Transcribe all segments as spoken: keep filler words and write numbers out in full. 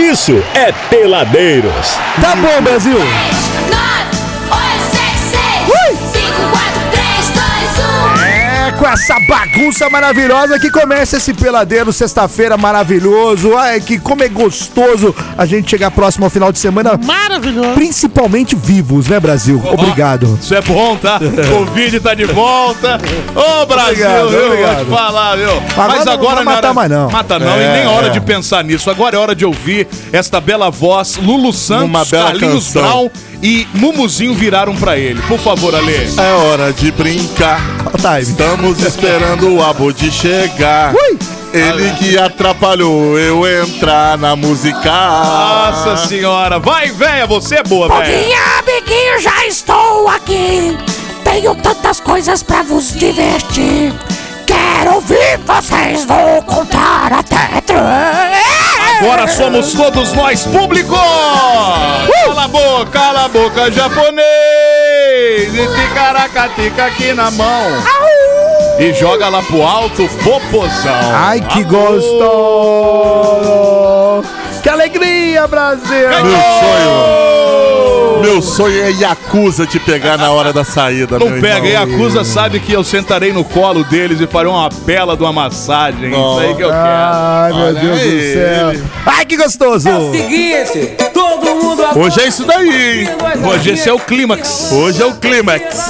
isso é Peladeiros. Tá bom, Brasil. Com essa bagunça maravilhosa que começa esse Peladeiro, sexta-feira maravilhoso. Ai, que como é gostoso a gente chegar próximo ao final de semana. Maravilhoso. Principalmente vivos, né, Brasil? Oh, obrigado. Isso é bom, tá? O vídeo tá de volta. Ô, oh, Brasil, obrigado, viu? obrigado. Vou te falar, viu? Agora Mas não agora vai não matar era... mais não. Mata não, É, e nem hora é. de pensar nisso. Agora é hora de ouvir esta bela voz. Lulu Santos, Uma bela Carlinhos canção. Brown e Mumuzinho viraram pra ele. Por favor, Ale. É hora de brincar. Time. Estamos esperando o Abud chegar. Ui. Ele que atrapalhou eu entrar na música. Nossa senhora. Vai, véia, você é boa, véia. Boguinha, amiguinho, já estou aqui. Tenho tantas coisas pra vos divertir. Quero ouvir vocês, vou contar até três. Agora somos todos nós, público! Uh! Cala a boca, cala a boca, japonês! E ticaracatica aqui na mão. Au! E joga lá pro alto, popozão. Ai, que Aô! gostoso! Que alegria, Brasil! Meu sonho. Meu sonho é Yakuza te pegar na hora da saída. Não meu pega, e irmão. a Yakuza sabe que eu sentarei no colo deles e farei uma bela de uma massagem. Isso aí que eu quero. Ai, meu Olha Deus do aí. céu! Ai, que gostoso! Seguinte, todo mundo Hoje é isso daí, hein? Hoje esse é o clímax. Hoje é o clímax.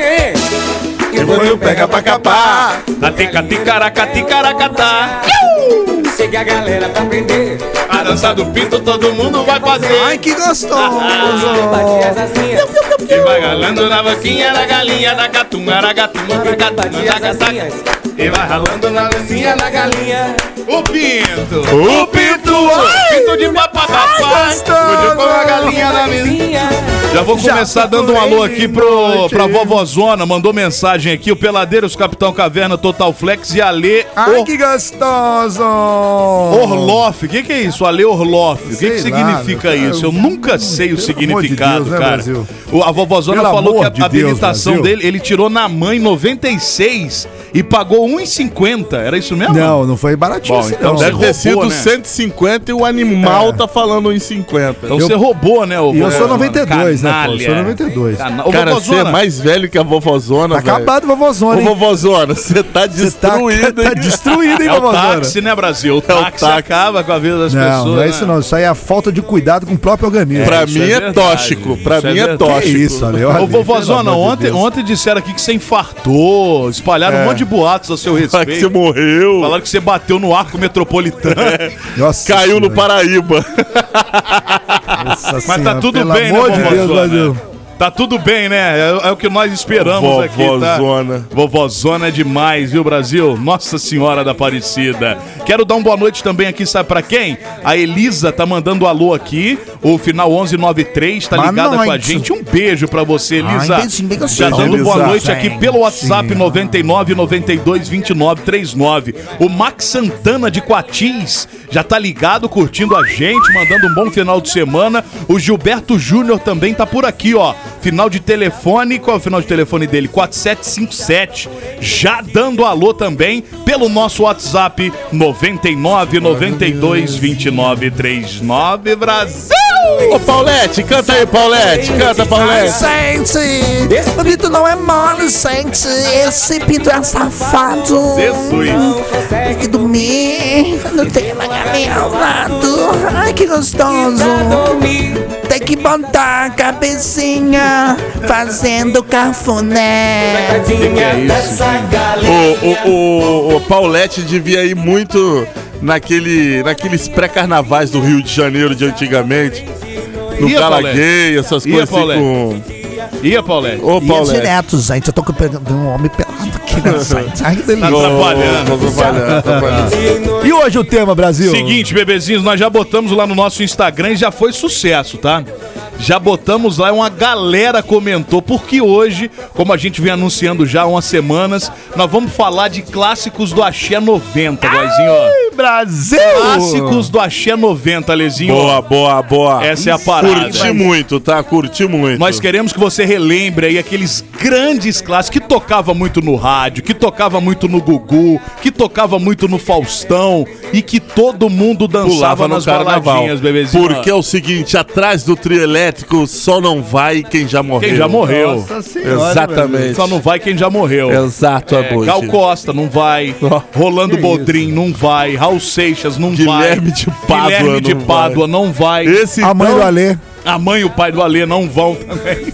E Vou pega pra capar. Ticaracatica-ticaracaticaracaticá. chega a galera pra aprender. A dança do pinto todo mundo vai fazer. Ai, que gostoso! Batias assim, E vai galando na boquinha da galinha, da gatunga, da gatunga, da gatunga, da batias gatunga. assim. E vai ralando na dancinha da galinha. O pinto! O pinto! Pinto de papapá! Hoje com a galinha da vizinha. Já vou começar dando um alô aqui pro, pra Vovozona. Mandou mensagem aqui. O Peladeiros, Capitão Caverna, Total Flex e Ale Ai, Or- que gostoso! Orloff. O que, que é isso? Ale Orloff. O que, Sei que significa lá, meu isso? Eu nunca sei o Pelo significado, amor de Deus, né, cara. Brasil? O- a Vovozona Pelo falou que amor a de Deus, habilitação Brasil. dele, ele tirou na mãe em noventa e seis e pagou um real e cinquenta. Era isso mesmo? Não, não foi baratinho Bom, assim, então não. deve Deve ter roubou, sido né? cento e cinquenta e o animal É. tá falando em cinquenta. Então Eu- você roubou, né? O E eu sou Vovozona? noventa e dois, né, pô? Eu Canalha. sou noventa e dois. Cana- Ô, Cara, você é Vovozona, mais velho que a vovozona, Tá velho. acabado, vovozona, Ô, hein? vovozona, você tá Você tá, destruído, tá hein? destruído, hein, É o vovozona? táxi, né, Brasil? O É o táxi táxi. acaba com a vida das Não, pessoas. não é isso né? não. Isso aí é a falta de cuidado com o próprio organismo. Pra isso mim é é, verdade, tóxico. Pra isso é mim é verdade. tóxico. Que isso, Ale? Olha, Ô, Vovozona, pelo amor de ontem, Deus. ontem disseram aqui que você infartou, espalharam um monte de boatos a seu Fala que você respeito. morreu. Falaram que você bateu no arco metropolitano. Nossa Caiu no Senhora. Paraíba. Nossa Mas tá Senhora, tudo pelo bem, amor né, de Deus, Vovozona? Brasil. Tá tudo bem, né? É, é o que nós esperamos aqui, tá? Vovozona. Vovozona é demais, viu, Brasil? Nossa Senhora da Aparecida. Quero dar uma boa noite também aqui, sabe pra quem? A Elisa tá mandando alô aqui. O final onze noventa e três tá Boa ligada com a noite. gente. Um beijo pra você, Elisa. Ai, beijinho bem gostoso. Já dando boa Elisa. noite aqui pelo WhatsApp Sim. noventa e nove, noventa e dois, vinte e nove, trinta e nove. O Max Santana de Coatis já tá ligado, curtindo a gente, mandando um bom final de semana. O Gilberto Júnior também tá por aqui, ó. Final de telefone, qual é o final de telefone dele? quatro sete cinco sete. Já dando alô também pelo nosso WhatsApp noventa e nove, noventa e dois, vinte e nove, trinta e nove, Brasil! Ô, Paulette, canta aí, Paulette. Canta, Paulette. Gente, o pinto não é mole, gente. Esse pinto é safado. Jesus! Tem que dormir, não tem uma galinha ao lado. Ai, que gostoso. Tem que botar a cabecinha fazendo cafuné. O, o, o, o Paulette devia ir muito naquele, naqueles pré-carnavais do Rio de Janeiro de antigamente. No Ia, Gala Paulette? Gay, essas Ia, coisas assim Paulette? com... Ia, Paulette? Ô, E é Paulette. direto, gente. Eu tô pegando um homem pelado aqui na frente. Ai, que delícia. Tá atrapalhando. Tô atrapalhando, atrapalhando. E hoje o tema, Brasil? Seguinte, bebezinhos, nós já botamos lá no nosso Instagram e já foi sucesso, tá? Já botamos lá, uma galera comentou, porque hoje, como a gente vem anunciando já há umas semanas, nós vamos falar de clássicos do Axé noventa, Guazinho, ó. Brasil! Clássicos do Axé noventa, Alezinho. Boa, boa, boa. Essa é a parada. Curti muito, tá? Curti muito. Nós queremos que você relembre aí aqueles grandes clássicos que tocava muito no rádio, que tocava muito no Gugu, que tocava muito no Faustão e que todo mundo dançava Pulava no nas carnaval. baladinhas, bebezinho. Porque é o seguinte, atrás do trio elétrico só não vai quem já morreu. Quem já morreu. Nossa senhora, Exatamente. Só não vai quem já morreu. Exato, É, Abud. Gal Costa não vai, Ó, Rolando que Bodrim não vai, Raul Seixas não Guilherme vai, de Pádua Guilherme de não Pádua não vai, Esse A mãe então- do Alê. a mãe e o pai do Alê não vão também,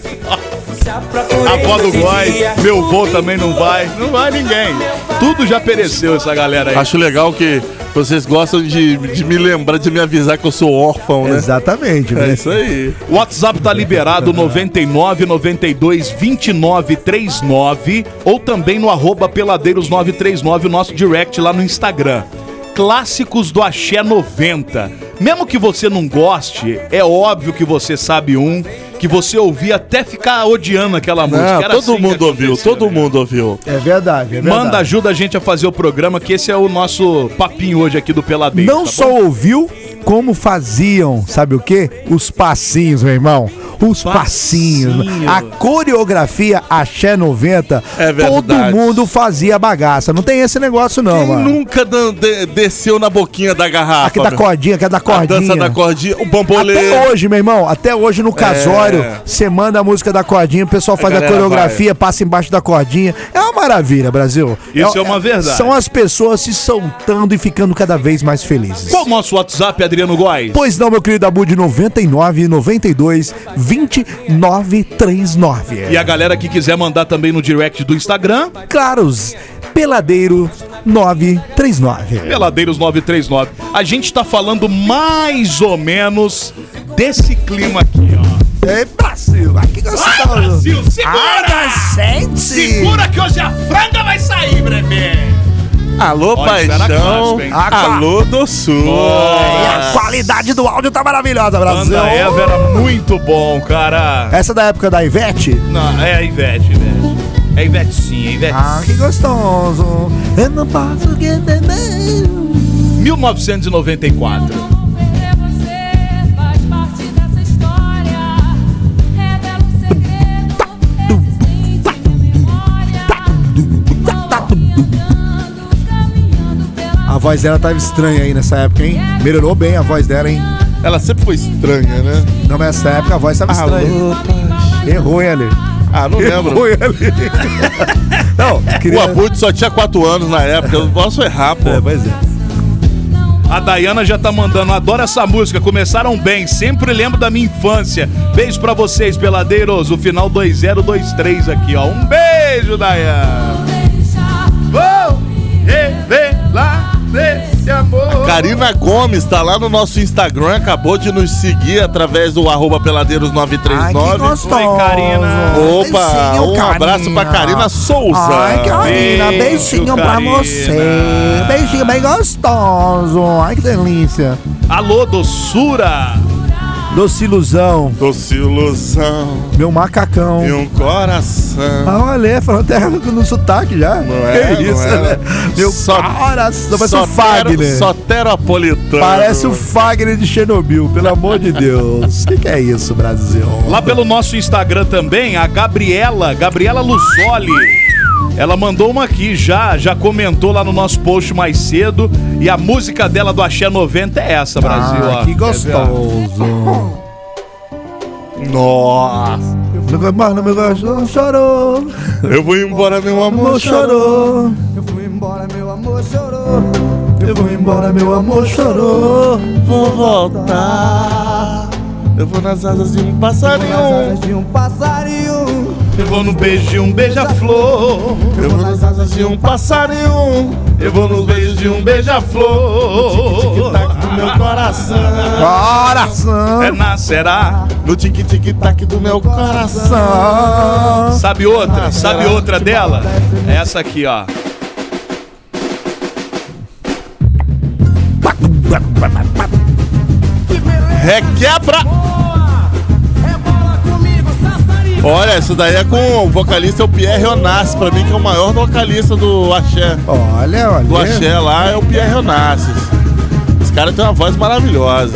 Já procurei a avó do esse Góis, dia. meu vô também não vai, não vai ninguém. Tudo já pereceu essa galera aí. Acho legal que vocês gostam de, de me lembrar, de me avisar que eu sou órfão, né? Exatamente. É né? isso aí. O WhatsApp tá liberado noventa e nove, noventa e dois, vinte e nove, trinta e nove ou também no arroba peladeiros nove três nove, o nosso direct lá no Instagram. Clássicos do Axé noventa. Mesmo que você não goste, é óbvio que você sabe um que você ouvia até ficar odiando aquela música. Não, Era todo assim que mundo ouviu, acontecia, todo né? mundo ouviu. É verdade, é verdade. Manda, ajuda a gente a fazer o programa, que esse é o nosso papinho hoje aqui do Peladeiros. Não tá só bom? ouviu, como faziam, sabe o quê? Os passinhos, meu irmão. Os passinhos. Passinho. A coreografia Axé noventa, É todo verdade. mundo fazia bagaça. Não tem esse negócio não, Quem mano. nunca dan- de- desceu na boquinha da garrafa? Aqui da meu? cordinha, que é da A cordinha. dança da cordinha, o bambolê. Até hoje, meu irmão, até hoje no casório, É. você manda a música da cordinha, o pessoal faz a, galera coreografia, passa embaixo da cordinha. É uma maravilha, Brasil. Isso é uma verdade. São as pessoas se soltando e ficando cada vez mais felizes. Qual o nosso WhatsApp, Adriano Góis? Pois não, meu querido Abud, noventa e nove, noventa e dois, vinte, nove três nove. E a galera que quiser mandar também no direct do Instagram, Claros, Peladeiro nove três nove. Peladeiros nove três nove. A gente tá falando mais ou menos desse clima aqui, ó. É Brasil, ai que gostoso. Vai, Brasil, segura! Ai, gente. Segura que hoje a franga vai sair, bebê! Alô, Olha, isso era paixão. clássico, hein? Alô, doçura. E a qualidade do áudio tá maravilhosa, Brasil. Banda Eva era muito bom, cara. Essa da época da Ivete? Não, é a Ivete, Ivete. É Ivete sim, é Ivete. Ah, que gostoso. Eu não posso entender. mil novecentos e noventa e quatro. Você faz parte dessa história. Revela o segredo, resistente de memória. Caminhando pela A voz dela tava estranha aí nessa época, hein? Melhorou bem a voz dela, hein? Ela sempre foi estranha, né? Não, mas nessa época a voz tava estranha. Alô, paixão. Errou, hein, Ali? Ah, não lembro. Errou, hein, Ali? Não, O queria... Abud só tinha quatro anos na época. Eu não posso errar, pô. É, pois é. A Dayana já tá mandando, adoro essa música, começaram bem, sempre lembro da minha infância. Beijo pra vocês, peladeiros, o final dois zero dois três aqui, ó. Um beijo, Dayana. Vou revelar esse amor. Karina Gomes tá lá no nosso Instagram, acabou de nos seguir através do arroba peladeiros nove três Ai, que nove. gostoso. Oi, Karina. Opa, Beijinho, um Karina. abraço pra Karina Souza. Ai, Karina, Beijo, beijinho pra Karina. você. Beijinho bem gostoso. Ai, que delícia. Alô, doçura. Doce ilusão, Doce ilusão meu macacão. e um coração. Ah, olha, falando até no sotaque já. Não é, Que isso, não é. né? Meu Só- coração. Parece o Sotero- Fagner. Soteropolitano. Parece o Fagner de Chernobyl, pelo amor de Deus. O que, que é isso, Brasil? Lá pelo nosso Instagram também, a Gabriela, Gabriela Lussoli. Ela mandou uma aqui já, já comentou lá no nosso post mais cedo. E a música dela do Axé noventa é essa, Brasil. Ah, ó. que Quer ver, ó? gostoso. Nossa. Meu mano, meu gosto chorou. Eu vou embora, meu amor. Amor chorou. Eu fui embora, meu amor chorou. Eu vou embora, meu amor chorou. Vou voltar. Eu vou nas asas de um passarinho. de um passarinho. Eu vou no beijo de um beija-flor. Eu vou nas asas de um passarinho. Eu vou nos beijos de um beija-flor. Tac do meu coração. Coração. É nascerá. No tic-tic-tac do meu coração. Coração. Sabe outra? Sabe outra dela? É essa aqui, ó. Requebra. Rebola comigo, Sassari. Olha, isso daí é com o vocalista, é o Pierre Onassis, pra mim que é o maior vocalista do axé. Olha, olha. Do axé lá é o Pierre Onassis. Esse cara tem uma voz maravilhosa.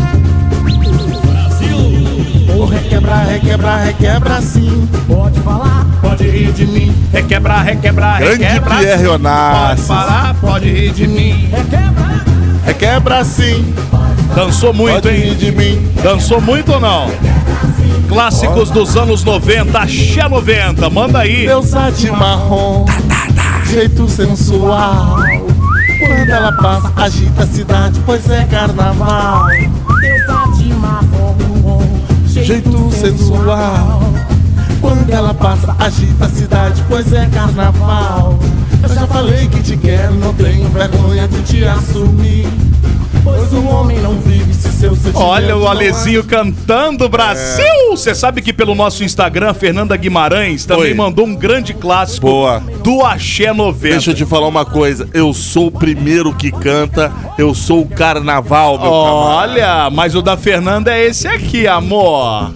O requebra, requebra, requebra sim. Pode falar, pode rir de mim. Requebra, requebra, Grande requebra. Pierre Pode Onassis. falar, pode rir de mim. Requebra, Requebra sim. Dançou muito, Pode rir hein? de mim. Dançou muito ou não? Clássicos dos anos noventa, Axé noventa, manda aí. Deusa de marrom, jeito sensual. Quando ela passa, agita a cidade, pois é carnaval. deusa de marrom, Jeito sensual. Quando ela passa, agita a cidade, pois é carnaval. Eu já falei que te quero, não tenho vergonha de te assumir. Pois o homem não vive se seu sentimento. Olha o não Alezinho cantando, Brasil! Você sabe que pelo nosso Instagram, Fernanda Guimarães também Oi. mandou um grande clássico Boa. do Axé noventa. Deixa eu te falar uma coisa, eu sou o primeiro que canta, eu sou o carnaval, meu camarada. Olha, mas o da Fernanda é esse aqui, amor.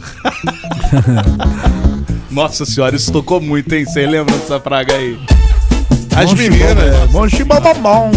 Nossa senhora, isso tocou muito, hein? Você lembra dessa praga aí? As meninas. Bom xibom.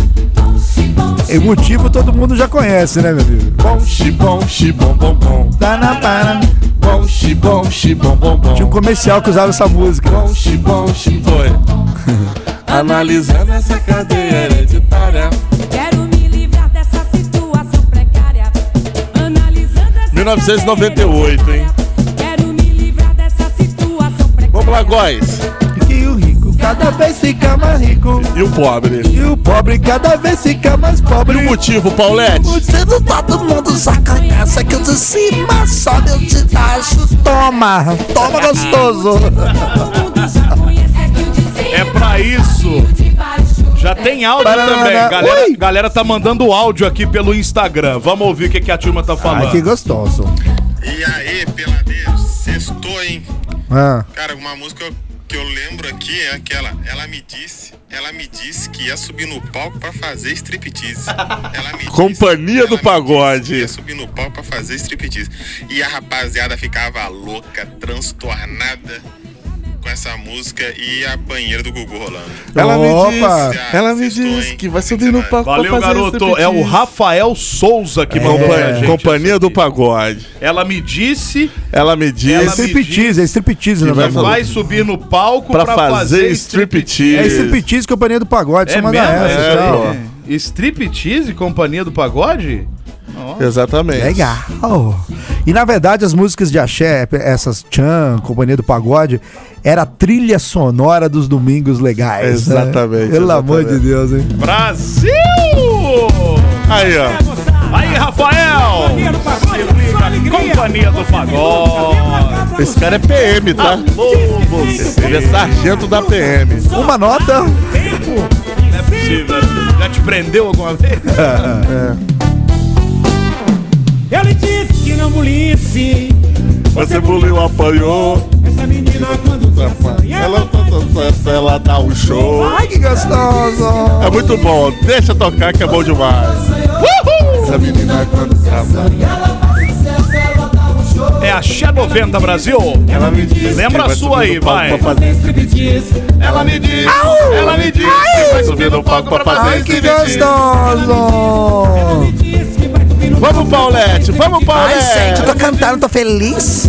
E o motivo todo mundo já conhece, né, meu filho? Bom, xibom, xibom, bom, bom. Tá na para. Bom, xibom, xibom, bom, bom. Tinha um comercial que usava essa música. Bom, xibom, xibom. Foi. Analisando essa cadeia hereditária. Quero me livrar dessa situação precária. Analisando essa mil novecentos e noventa e oito, hein? Quero me livrar dessa situação precária. Vamos lá, góis. Que o rico cada vez fica mais rico. E o pobre? E o pobre cada vez fica mais E pobre. o motivo, Paulette? Sendo todo mundo já conhece que o de cima sobe, o de baixo Toma, toma gostoso. Todo mundo já conhece que o de cima É pra isso. e o de baixo. Já tem áudio Parará, também. Galera, ui. galera tá mandando áudio aqui pelo Instagram. Vamos ouvir o que, que a turma tá falando. Ai, que gostoso. E aí, peladeiros, sextou, hein? Ah, Cara, uma música que eu lembro aqui é aquela. Ela me disse, ela me disse que ia subir no palco pra fazer striptease. Ela me disse, Companhia ela do me Pagode. disse que ia subir no palco pra fazer striptease. E a rapaziada ficava louca, transtornada com essa música e a banheira do Gugu rolando. Ela me Opa. disse, ela me Sextou, disse hein? que vai subir no palco Valeu, pra fazer garoto. striptease. É o Rafael Souza que mandou pra Compa- gente. Companhia do Pagode. Ela me disse Ela me é disse Ela me striptease, é striptease, que não vai vai falar. falar. vai subir no palco pra pra, fazer É striptease. striptease, companhia do pagode, É só manda mesmo? essa. É, então. pô. Striptease, Companhia do Pagode? Exatamente. Legal. E na verdade as músicas de axé, essas Tchan, Companhia do Pagode, era a trilha sonora dos domingos legais. Exatamente, Né? Pelo amor de exatamente. Deus, hein? Brasil! Aí, ó. Aí, Rafael! Se liga, Companhia do Pagode. Esse cara é P M, tá? Alô, você. Ele é sargento da P M. Uma nota. Não é possível. Já te prendeu alguma vez? Ele disse que não bulisse. Você buliu, apanhou. Essa menina quando dança, e Ela, ela ela dá um show. Ai, que gostoso. É muito bom. Deixa tocar que é bom demais. Uhul! Essa menina quando dança. É Axé noventa, Brasil. Ela me disse Lembra que vai a sua subir aí, no palco vai. pra fazer striptease. Ela me disse, ela me disse que vai subir no palco pra fazer Ai, que striptease. gostoso. Disse que vai subir no Vamos, Paulette, vamos, Ai, Paulette. gente, eu tô cantando, tô feliz.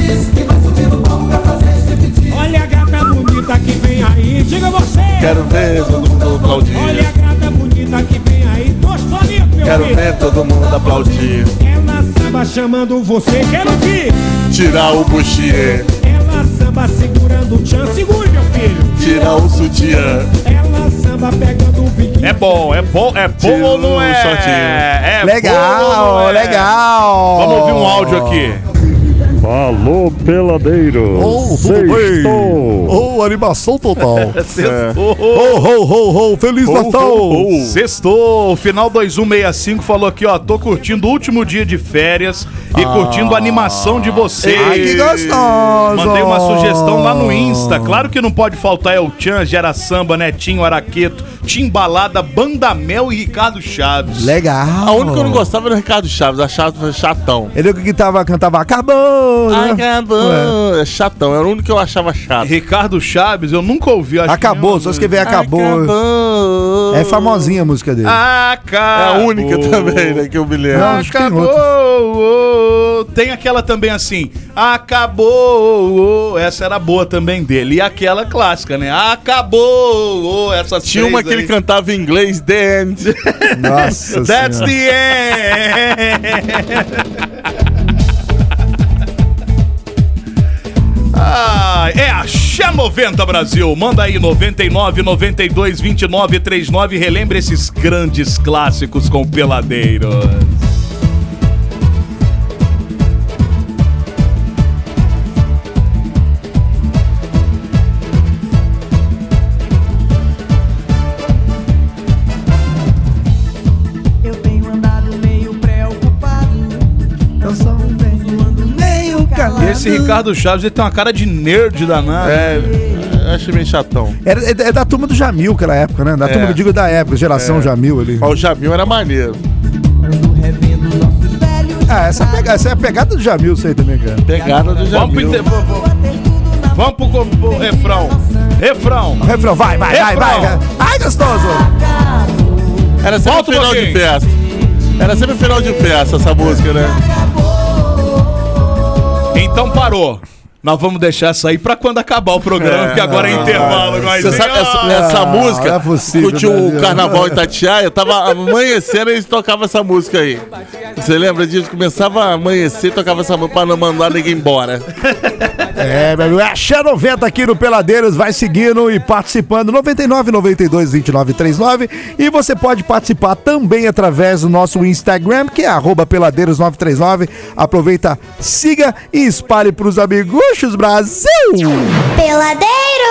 Olha a gata bonita que vem aí, diga você. Quero ver todo mundo Olha aplaudir. a gata bonita que vem aí, Tostolito, meu Quero filho. ver todo mundo aplaudir. Ela samba chamando você, quero ouvir. Tirar o buchiê, Ela samba segurando o tchan, segure, meu filho. tirar o sutiã. Ela samba pegando o biquíni. É bom, é bom, é bom Tira ou não o é? shortinho. É Legal, bom ou não é? legal. Vamos ouvir um áudio aqui. Alô, peladeiro. Oh, tudo bem? Sextou. Oh, animação total. Sextou. Oh, ho, ho, ho, Feliz Ho, Natal. ho, ho. Sextou, final dois um seis cinco falou aqui, ó, tô curtindo o último dia de férias e curtindo a animação de vocês. Ai, que gostoso. Mandei uma sugestão lá no Insta. Claro que não pode faltar El Chan, Gera Samba, Netinho, Araqueto, Timbalada, Bandamel e Ricardo Chaves. Legal. A única que eu não gostava era o Ricardo Chaves, achava chatão. Ele que tava, cantava Acabou Acabou. né? Acabou. É chatão, era o único que eu achava chato. Ricardo Chaves, eu nunca ouvi. Acho Acabou, só escrever acabou. Acabou. É famosinha a música dele. Acabou. É a única também, né, que eu me lembro. Não, acho que tem Acabou. Tem aquela também assim. Acabou. Essa era boa também dele. E aquela clássica, né? Acabou. Essas Tinha uma três que ele aí. cantava em inglês, The End. Nossa That's Senhora. the end. Ah, é a Axé noventa Brasil. Manda aí noventa e nove, noventa e dois, vinte e nove, trinta e nove. Relembre esses grandes clássicos com Peladeiros. Eu tenho andado meio preocupado. Eu só venho ando meio calado. E esse Ricardo Chaves, ele tem uma cara de nerd danado. É, eu achei meio chatão. Era, é, é da turma do Jamil, aquela época, né? Da É. turma, eu digo da época, geração Jamil ali. Mas o Jamil era maneiro. Ando revendo nossos velhos. Ah, essa, pega, essa é a pegada do Jamil, isso aí também, cara. Pegada do Vamos pro, Jamil. inter- vamos- vamos- vamos pro, co- pro refrão. Refrão. O refrão, vai, vai, vai, Refrão. vai. Ai, gostoso. Era sempre Volta um final de pouquinho. festa. Era sempre final de festa essa música, né? Então parou. Nós vamos deixar essa aí pra quando acabar o programa, porque agora é intervalo. Nós Você sabe, essa, essa não música, é possível, curtiu o Brasil. carnaval em Itatiaia, tava amanhecendo e eles tocavam essa música aí. Você lembra disso? Começava a amanhecer e tocava essa música pra não mandar ninguém embora. É, meu, é Axé noventa aqui no Peladeiros, vai seguindo e participando, noventa e nove, noventa e dois, vinte e nove, trinta e nove, e você pode participar também através do nosso Instagram, que é arroba peladeiros nove três nove, aproveita, siga e espalhe pros amiguchos, Brasil! Peladeiros.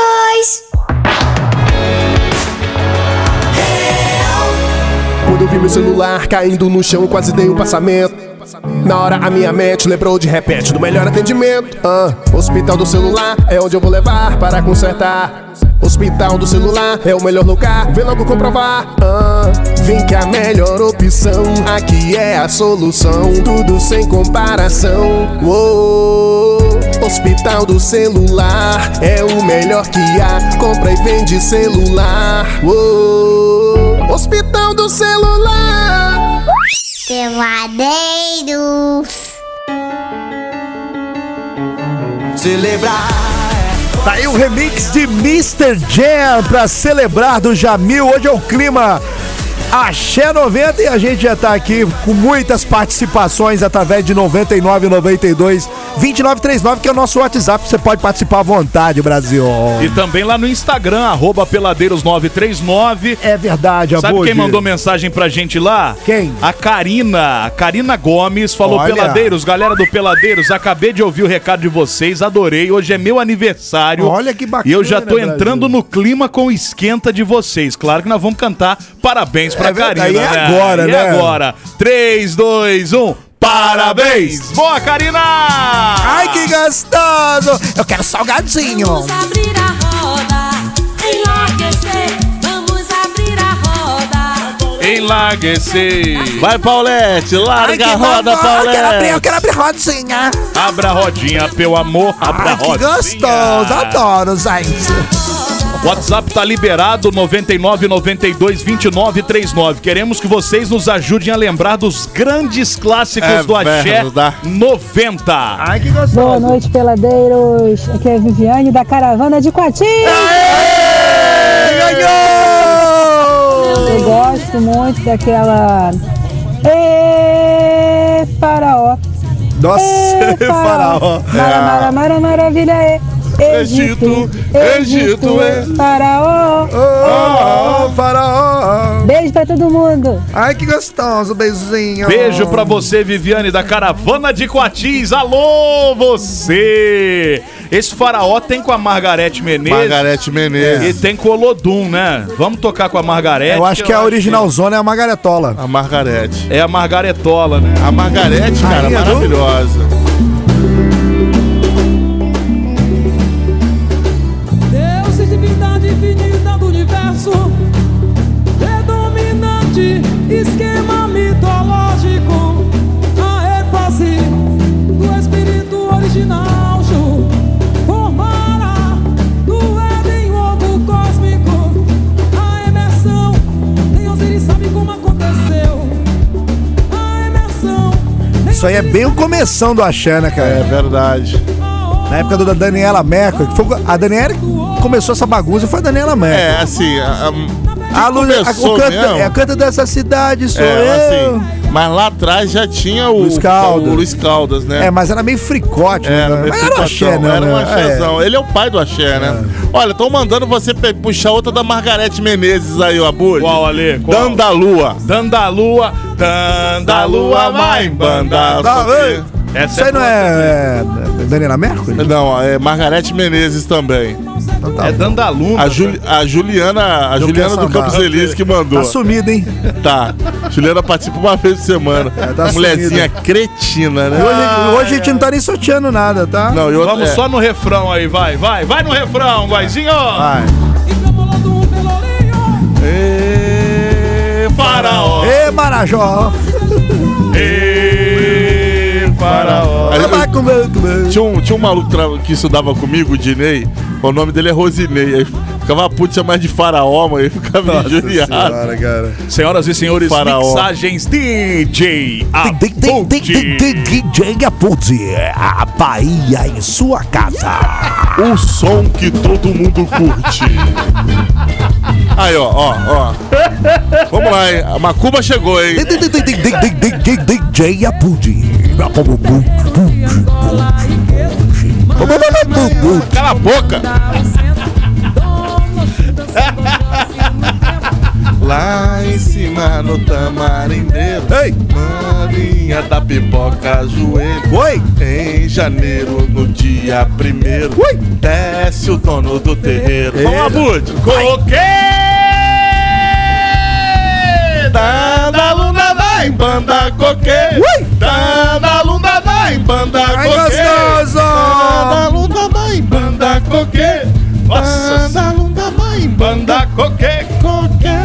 Quando eu vi meu celular caindo no chão, quase dei um passamento. Na hora a minha mente lembrou de repente do melhor atendimento. Ah, hospital do celular é onde eu vou levar para consertar. Hospital do celular é o melhor lugar, vem logo comprovar. Ah, vem que a melhor opção aqui é a solução, tudo sem comparação. Uou, Hospital do celular é o melhor que há, compra e vende celular. Uou, Hospital do celular. Peladeiros. Celebrar. Tá aí o remix de mister Jam pra celebrar do Jamil. Hoje é o clima Axé noventa e a gente já tá aqui com muitas participações através de noventa e nove, noventa e dois, vinte e nove, trinta e nove, que é o nosso WhatsApp. Você pode participar à vontade, Brasil. E também lá no Instagram, arroba peladeiros nove três nove. É verdade, Sabe Abud. quem mandou mensagem pra gente lá? Quem? A Karina. A Karina Gomes falou: Olha. Peladeiros, galera do Peladeiros, acabei de ouvir o recado de vocês, adorei. Hoje é meu aniversário. Olha que bacana, E eu já tô Brasil. entrando no clima com o esquenta de vocês. Claro que nós vamos cantar parabéns pra É verdade, Karina. e né? agora, E né? agora? três, dois, um. Parabéns! Boa, Karina! Ai, que gostoso! Eu quero salgadinho. Vamos abrir a roda, enlouquecer. Vamos abrir a roda. Enlarguecer. Vai, Paulette, larga a roda, Eu quero abrir, eu Paulette. quero abrir rodinha. Abra a rodinha, meu amor. Abra a Ai, que rodinha. gostoso, adoro, gente. WhatsApp tá liberado, noventa e nove, noventa e dois, vinte e nove, trinta e nove. Queremos que vocês nos ajudem a lembrar dos grandes clássicos É do Axé verdade. noventa. Ai, que gostoso. Boa noite, peladeiros. Aqui é a Viviane da Caravana de Coatis. Eu gosto muito daquela Ê, faraó. Nossa, Ê, faraó. Mara, mara, mara, maravilha, é. Egito, Egito, é. Faraó. Oh, faraó. Beijo pra todo mundo. Ai, que gostoso, beijinho. Beijo pra você, Viviane, da Caravana de Coatis. Alô, você! Esse faraó tem com a Margarete Menezes. Margarete E Menezes. tem com o Olodum, né? Vamos tocar com a Margarete. Eu acho que a original zona é a Margaretola. A Margarete. É a Margaretola, né? A Margarete, cara, Rainha do- maravilhosa. Deus e divindade infinita do universo, predominante, esquema mitológico, a ênfase do espírito original. isso aí é bem o começão do axé, né, cara? É verdade. Na época da Daniela Mercury, que foi a Daniela que começou essa bagunça, foi a Daniela Mercury. É, assim, a, a, A luz, a, o canto, é, o canto dessa cidade sou é, eu. Assim, mas lá atrás já tinha o Luiz Caldas. o Luiz Caldas, né? É, mas era meio fricote, Era, né? Mas era o axé, né? Era um né? axézão. Ele é o pai do axé, né? Olha, tô mandando você pe- puxar outra da Margarete Menezes aí, ó, Abud. Qual, Ale? Qual? Dandalua. Dandalua, Dandalua vai embandar. Tá, ei. Essa Isso aí é não boa é, é Daniela Mercury? Não, é Margarete Menezes também. Então tá É bom. Dandaluna. A, Juli- a Juliana, a Não Juliana quer do Campos sambar. Elíseos que mandou. Tá sumido, hein? Tá. Juliana participa uma vez por semana. É, tá Mulherzinha cretina, E né? hoje, hoje a gente não tá nem sorteando nada, tá? Não, e outra, Vamos é, só no refrão aí, vai, vai, vai no refrão, Guaizinho. Vai. Ê, faraó. Ê, Marajó! Ê, faraó. Aí, Vai comer, comer. Tinha um, tinha um maluco tra- que estudava comigo, o Dinei. O nome dele é Rosinei. Aí ficava puto, chamar de faraó, mas aí ficava injuriado. Senhora, cara. Senhoras e senhores, Faraó. mixagens D J D J Apud, a Bahia em sua casa. O som que todo mundo curte. Aí, ó, ó, ó. Vamos lá, hein? A Macuba chegou, hein? D J Apud. Cala a boca! Lá em cima no tamarindeiro, Ei! maninha da pipoca joelho. Oi! Em janeiro, no dia primeiro, Ui. desce o dono do terreiro. Ei. Vamos, Abud! Coquê! Tá na luna da embanda coquê. Ui. Tá na luna da embanda Ai, coquê. gostoso! Tá na luna da embanda coquê. Nossa Tá na luna da embanda Banda Coquê! coquê.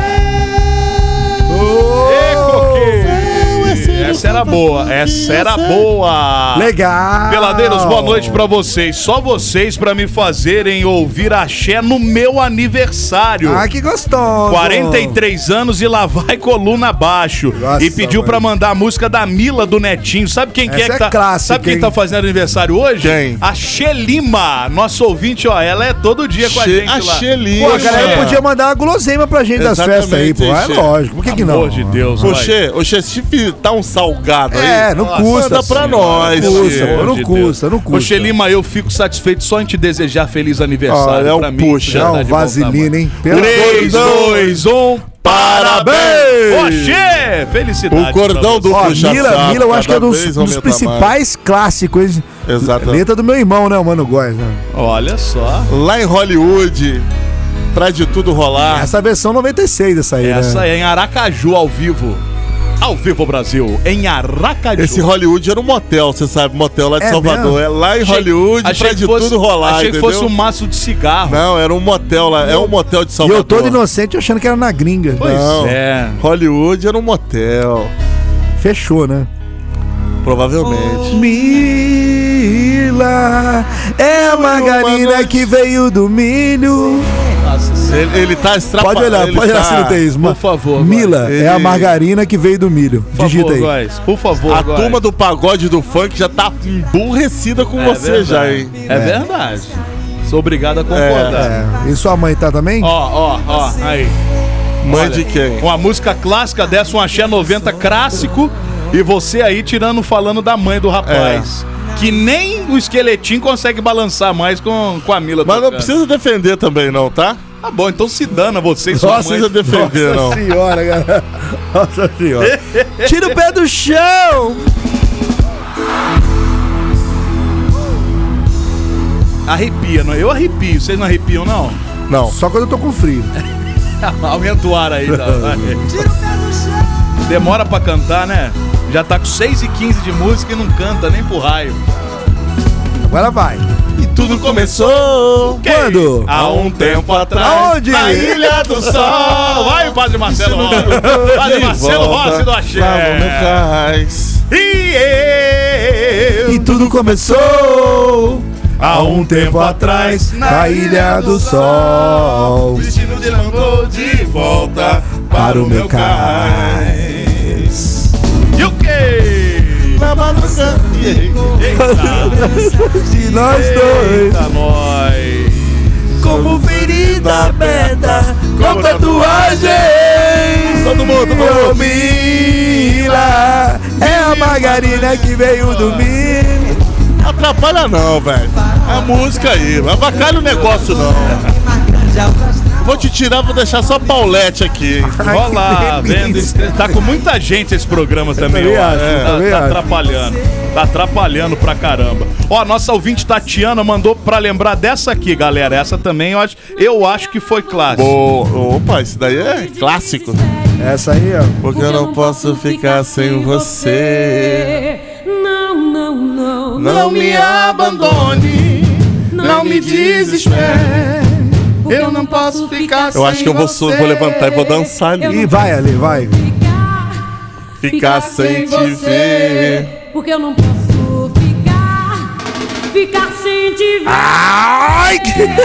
Ê, Coquê! esse Essa era boa, essa era boa! Legal! Peladeiros, boa noite pra vocês. Só vocês pra me fazerem ouvir axé no meu aniversário. Ah, que gostoso! quarenta e três anos e lá vai coluna abaixo. Nossa, e pediu mano. pra mandar a música da Mila do Netinho. Sabe quem que é Essa que é tá? clássica, Sabe quem hein? tá fazendo aniversário hoje? Quem? A Xelima, nosso ouvinte, ó. Ela é todo dia com a Che- gente a lá. Xelima. Pô, a galera podia mandar uma guloseima pra gente das Exatamente, festas aí, pô. É Che. lógico, por que que Pelo não? amor de Deus, vai. Oxê, oxê, se tá um salgado aí. É, não Nossa custa. manda pra nós, Não custa, Che. pô, não de custa, não Ô, custa. Xelima, eu fico satisfeito só em te desejar feliz aniversário. Ah, é um pra mim, puxa. já É tá um de bom vaselina, tamanho. hein? Pelo três, dois, um, parabéns! Oxê! Felicidade. O cordão do Ó, puxa Mila, saco, Mila, eu acho que é cada dos, vez dos aumenta principais clássicos. Exato. Letra do meu irmão, né, o Mano Góes, né? Olha só. Lá em Hollywood, pra de tudo rolar. Essa versão noventa e seis dessa aí, Essa né? é em Aracaju, ao vivo. Ao vivo, Brasil. Em Aracaju. Esse Hollywood era um motel, você sabe, motel lá de É Salvador. mesmo? É lá em Achei- Hollywood, achei pra que de fosse- tudo rolar, Achei que entendeu? fosse um maço de cigarro. Não, era um motel lá, é um motel de E Salvador. eu todo inocente achando que era na gringa. Pois Não. é. Hollywood era um motel, Fechou, né? provavelmente. Mila é a margarina que veio do milho. Ele, ele tá extrapolando. Pode olhar, pode olhar se não tem isso. Por favor, Mila Ele- é a margarina que veio do milho. Por Digita favor, aí. Góes. Por favor, A Góes. turma do pagode do funk já tá emburrecida com É você verdade. já, hein? É, verdade. Sou obrigado a concordar. É. E sua mãe tá também? Ó, ó, ó, aí. Mãe Olha, de quem? Uma música clássica dessa, um axé noventa clássico. E você aí tirando, falando da mãe do rapaz. É. Que nem o esqueletinho consegue balançar mais com, com a Mila. Mas não tocando. precisa defender também, não, tá? Tá bom, então se dana você e sua Não mãe. precisa defender, não. Nossa senhora, cara. Nossa senhora. Tira o pé do chão! Arrepia, não é? Eu arrepio. Vocês não arrepiam, não? Não. Só quando eu tô com frio. Aumenta o ar aí, tá? Vai. Demora pra cantar, né? Já tá com seis e quinze de música e não canta nem pro raio. Agora vai. E tudo começou. Quando? Há um tempo atrás. Aonde? Na Ilha do Sol. Vai o Padre Marcelo Rossi. Padre Marcelo Rossi do Axé. E eu. E tudo começou Há um tempo atrás. na Ilha do Sol. O destino de mandou de volta para o meu cais. E o quê? Na lá no canto. De nós dois. Eita, nós. Como ferida aberta, com tatuagem. Todo mundo, todo mundo. Mila, é a margarina que veio do milho. Atrapalha não, velho. A música aí, não avacalha o negócio não. Vou te tirar, vou deixar só Paulette aqui. Olha lá, vendo? Tá com muita gente esse programa também, também ó. acho, É, também tá acho. atrapalhando. Tá atrapalhando pra caramba. Ó, a nossa ouvinte Tatiana mandou pra lembrar dessa aqui, galera. Essa também eu acho, eu acho que foi clássico. Bo- Opa, isso daí é clássico. Essa aí, ó. Porque eu não posso ficar sem você. Não, não, não. Não me abandone, não me desespere. Eu não posso ficar sem Eu acho que eu vou, so- vou levantar e vou dançar ali. E vai ali, vai. Ficar sem te ver. Porque eu não posso ficar, ficar sem te ver. Ai!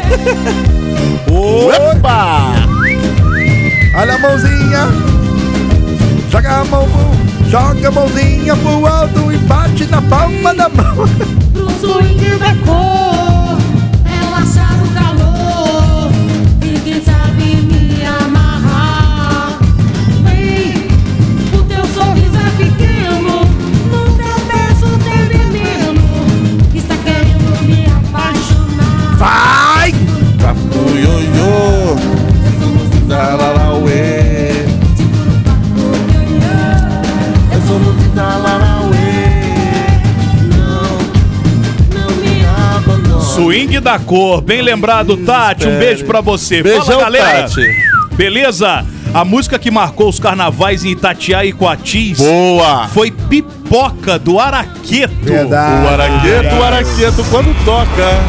Opa! Olha a mãozinha. Joga a mão, pro- joga a mãozinha pro alto e bate na palma da mão. Pro swing da cor, relaxar o calor e quem sabe me amarrar. Vem, o teu sorriso é pequeno, no teu beijo tem veneno, está querendo me apaixonar. Vai! Ioiô, Dalalauê. Eu sou no Dalalauê. Não, não me abandone. Swing da cor, bem lembrado, Tati. Um beijo pra você. Beijão, Fala, galera. Tati. Beleza? A música que marcou os carnavais em Itatiaia e Coatis Boa! foi Pipoca, do Araqueto. Verdade. O Araqueto, o Araqueto, quando toca.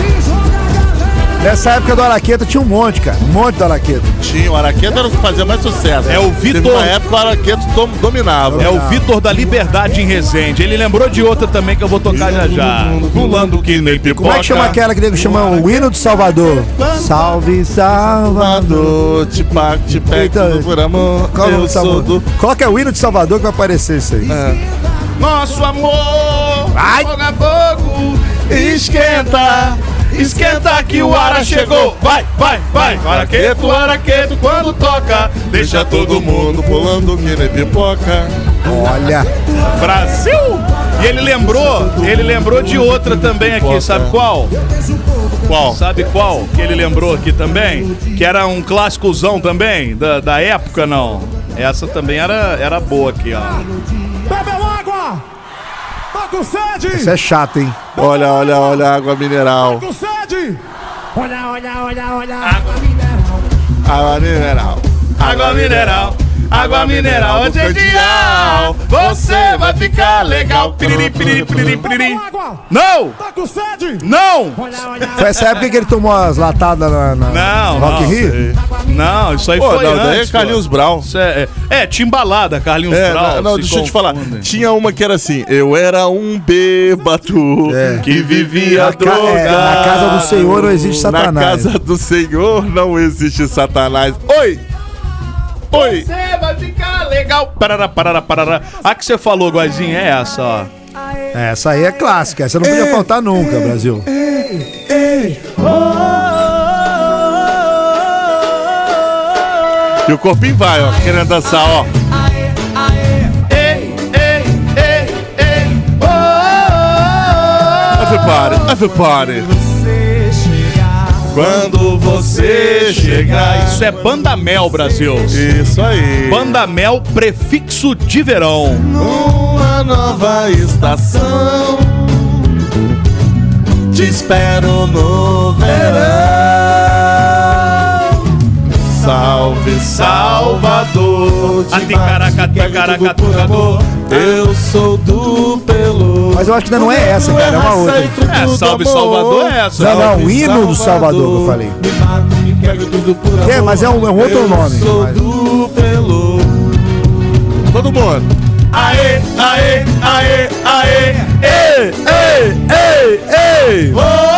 Nessa época do Araqueto tinha um monte, cara. Um monte do Araqueto. Tinha, o Araqueto era o que fazia mais sucesso. É o Vitor. Teve uma época o Araqueto dom- dominava. É o Vitor da Liberdade em Resende. Ele lembrou de outra também que eu vou tocar já já. Pulando que nem pipoca. Como é que chama aquela que nego chama o hino do Salvador? Salve, Salvador. Salvador, te pago, te pego Eita, tudo por amor. Qual é o Eu do sou Salvador? do... Coloca o hino de Salvador que vai aparecer isso aí. Nosso amor, Ai. fogo a fogo, esquenta, esquenta que o ara chegou. Vai, vai, vai, Araqueto, Araqueto, quando toca, deixa todo mundo pulando que nem pipoca. Olha. Brasil! E ele lembrou, ele lembrou de outra também aqui, sabe qual? Qual? Sabe qual que ele lembrou aqui também? Que era um clássicozão também, da, da época, não. Essa também era, era boa aqui, ó. Bebeu água! Tá com sede! Isso é chato, hein? Olha, olha, olha, água mineral. Com sede! Olha, olha, olha, olha! Água mineral. Água mineral, água mineral artificial. Você vai ficar legal. Piriri, piriri, piriri, piriri. Água! Não! Tá com sede! Não! Olha, olha! Foi essa época que ele tomou as latadas na, na Não, Rock não. in Rio? Não, isso aí Pô, foi não, antes. daí é Carlinhos pô. Brown. Isso é, é, é, Timbalada, Carlinhos É, Brown. não, não, se deixa eu te falar. confundem. Tinha uma que era assim: eu era um bêbado É. que vivia Na ca- drogado. é, na casa do Senhor não existe Satanás. Na casa do Senhor não existe Satanás. Oi! Oi! Você vai ficar legal. Parará, parará, parará. A que você falou, Guazinho, é essa, ó. Essa aí é clássica. Essa não podia faltar nunca, Brasil. E o corpinho vai, ó, querendo dançar, ó. Ei, ei, ei, ei. Everybody, everybody. Quando você chegar. Isso é Banda Mel, Brasil. Isso aí. Banda Mel, prefixo de verão. Uma nova estação. Te espero no verão. Salve Salvador. A ticaraca, ticaraca, tudo. Eu sou do Pelouro. Mas eu acho que ainda não é essa, cara. É uma outra. É, Salve Salvador é essa. Não, não, o hino do Salvador que eu falei. É, mas é um, é um outro nome. Eu sou Mas- do Pelouro. Todo mundo. Aê, aê, aê, aê. Ei, ei, ei, ei.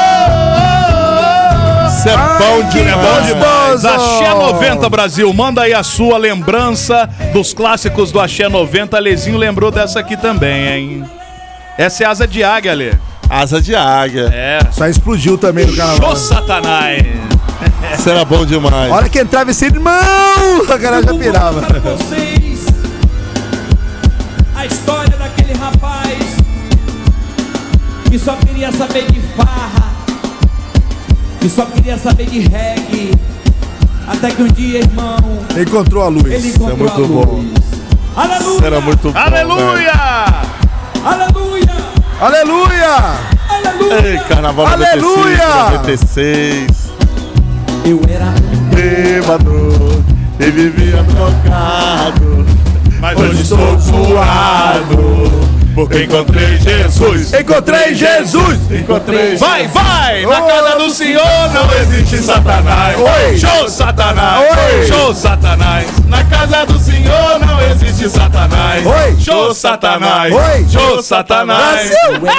Isso é bom que É bom demais. gostoso. Axé noventa, Brasil. Manda aí a sua lembrança dos clássicos do Axé noventa. Alezinho lembrou dessa aqui também, hein? Essa é asa de águia, Lê. Asa de águia. É. Só explodiu também no carnaval. Show Satanás. Isso era bom demais. Olha que entrava esse irmão, a galera já pirava. Para vocês, a história daquele rapaz que só queria saber de farra, que só queria saber de reggae, até que um dia, irmão, encontrou a luz. ele encontrou Isso é muito a bom. luz. Aleluia! Isso era muito bom. Aleluia! Aleluia! Aleluia! Aleluia! Ei, carnaval Aleluia! noventa e seis. Eu era Bêbado e vivia trocado. Mas Hoje estou zoado, porque encontrei Jesus. Encontrei Jesus! Encontrei Vai, vai! Na Ô, casa do Senhor não existe Satanás. Oi. Show Satanás! Oi. Show Satanás! Na casa do Senhor não existe Satanás. Oi. Show Satanás! Oi. Show Satanás!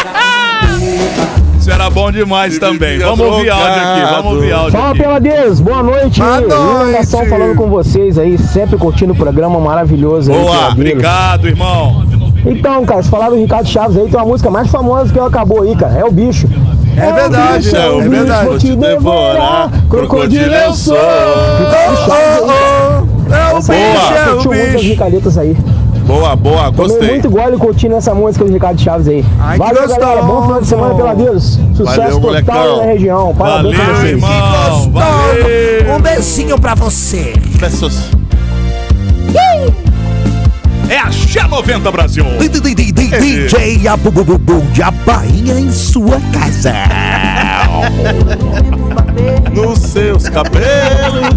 Isso era bom demais também. Vamos ouvir áudio aqui, vamos ouvir áudio Fala, aqui. peladeiros, boa noite. Boa noite. Nação falando com vocês aí, sempre curtindo o programa maravilhoso aí, Boa, peladeiros. obrigado, irmão. Então, cara, se falar do Ricardo Chaves aí, tem uma música mais famosa que acabou aí, cara, é o Bicho. É verdade, bicho, é, o é bicho, verdade. Vou te devorar, crocodilo eu sou. Ricardo Chaves aí, cara. É o Essa bicho, música é o curtiu muito as bicho. Ricardetas aí. Boa, boa, Tomei gostei. muito gole curtindo essa música do Ricardo Chaves aí. Ai, que Valeu, galera, bom final de gostoso. semana, peladeiros. Sucesso Valeu, total molecão. na região. Parabéns pra Valeu, vocês. irmão. Valeu. Um beijinho pra você. Peças. É a Xé noventa Brasil. D J Abububu de Abainha em sua casa. Nos seus cabelos.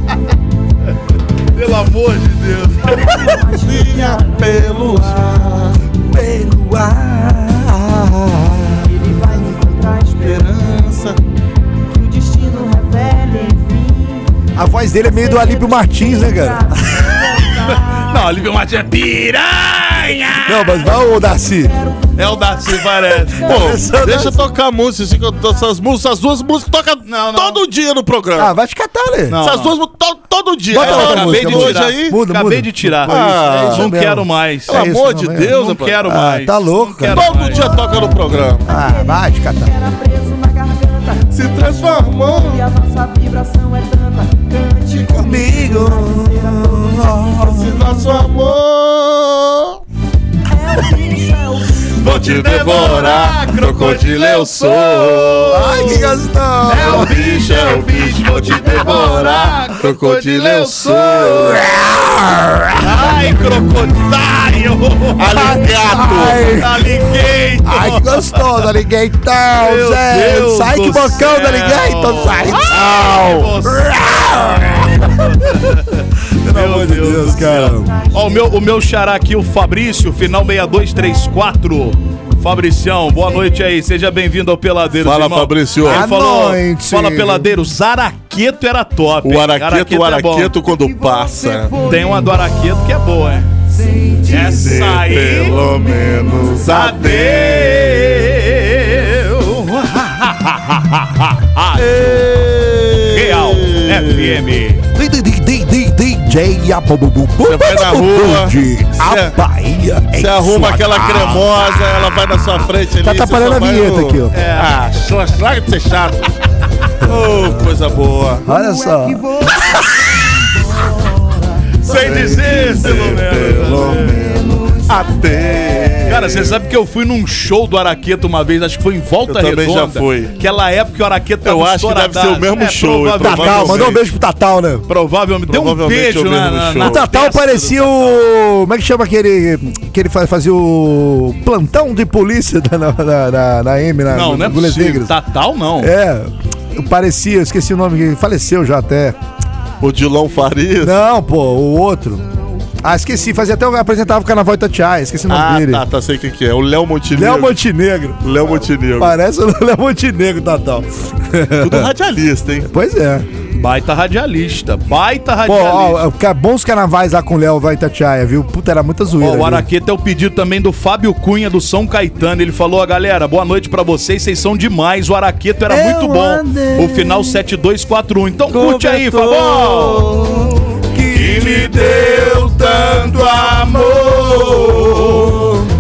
Pelo amor de Deus. Vinha pelo ar. Pelo ar. Ele vai encontrar Esperança. que o destino revele, enfim. A voz dele é meio do Alípio Martins, né, cara? Não, Olívio Martins é piranha. Não, mas vai o Darcy. É o Darcy, parece. Pô, deixa eu tocar música, assim, que eu tô- essas, músicas, essas duas músicas tocam Não, não. todo dia no programa. Ah, vai te catar, né? Não. Essas duas músicas to- todo dia. Bota Aí eu outra acabei música, de muda. hoje aí. Muda, Acabei muda. de tirar. Ah, é isso não mesmo. quero mais. Pelo É isso, amor não, de é. Deus, Não rapaz. quero Ah, mais. tá louco, Não quero cara. Todo mais. dia toca no programa. Ah, vai te catar. Era preso na garganta Se transformou. e a nossa vibração é tanta. Cante Comigo. Esse nosso amor. É o bicho, é o bicho. Vou te devorar, crocodilo eu sou. Ai, que gostoso. É o bicho, é o bicho, vou te devorar, crocodilo eu sou. Ai, crocodilo. Aligato. Ai. Alligator. Ai, que gostoso, Alligator. Meu Zé. Deus Sai que do bocão céu. da Alligator. Sai. Ai, você. Pelo amor de Deus, cara. Ó, o meu, o meu xará aqui, o Fabrício, final seis dois três quatro. Fabricião, boa noite aí, seja bem-vindo ao Peladeiro. Fala, Fabrício. Ele Boa falou, noite. fala Peladeiros, Araqueto era top. O hein? araqueto, o é bom. araqueto quando passa. Tem uma do Araqueto que é boa, hein? Essa aí. Pelo menos Adeus. Real F M. D J Abububu. Você vai na rua, De cê- Abainha em Você arruma sua aquela casa. cremosa, ela vai na sua frente ali. Tá você atrapalhando só a vai vinheta no- aqui, ó. É. Ah, larga de ser chato. Oh, coisa boa. Olha só. Sem dizer, pelo menos. Pelo menos até. Cara, você sabe que eu fui num show do Araqueto uma vez, acho que foi em Volta Eu também Redonda. já fui. Aquela época que o Araqueto tava Eu acho que deve ser o mesmo É, show, provavelmente. Tatal, mandou um beijo pro Tatal, né? Provavelmente. Deu um Provavelmente beijo é o na, mesmo na, show. na O Tatal testa parecia do- o. Como é que chama aquele. Que ele fa- fazia o plantão de polícia da- na, na, na, na M, na Não, não é Agulhas possível. Negras. Tatal, não. É, parecia, eu esqueci o nome, que faleceu já até. O Dilão Farias. Não, pô, o outro. Ah, esqueci, fazia até eu apresentava o Carnaval Itatiaia, esqueci o nome Ah, dele. tá, tá, sei quem que é. O Léo Montenegro. Léo Montenegro. Léo Montenegro. Parece o Léo Montenegro, Tatal. Tudo radialista, hein? Pois é. Baita radialista. Baita Pô, radialista. ó, ca- bons carnavais lá com o Léo vai Itatiaia, viu? Puta, era muita zoeira. Ó, o viu? Araqueto é o pedido também do Fábio Cunha, do São Caetano. Ele falou, ó, galera, boa noite pra vocês, vocês são demais. O Araqueto era muito bom. O final sete dois quatro um. Então curte aí, Fabão. Que me deu tanto amor E que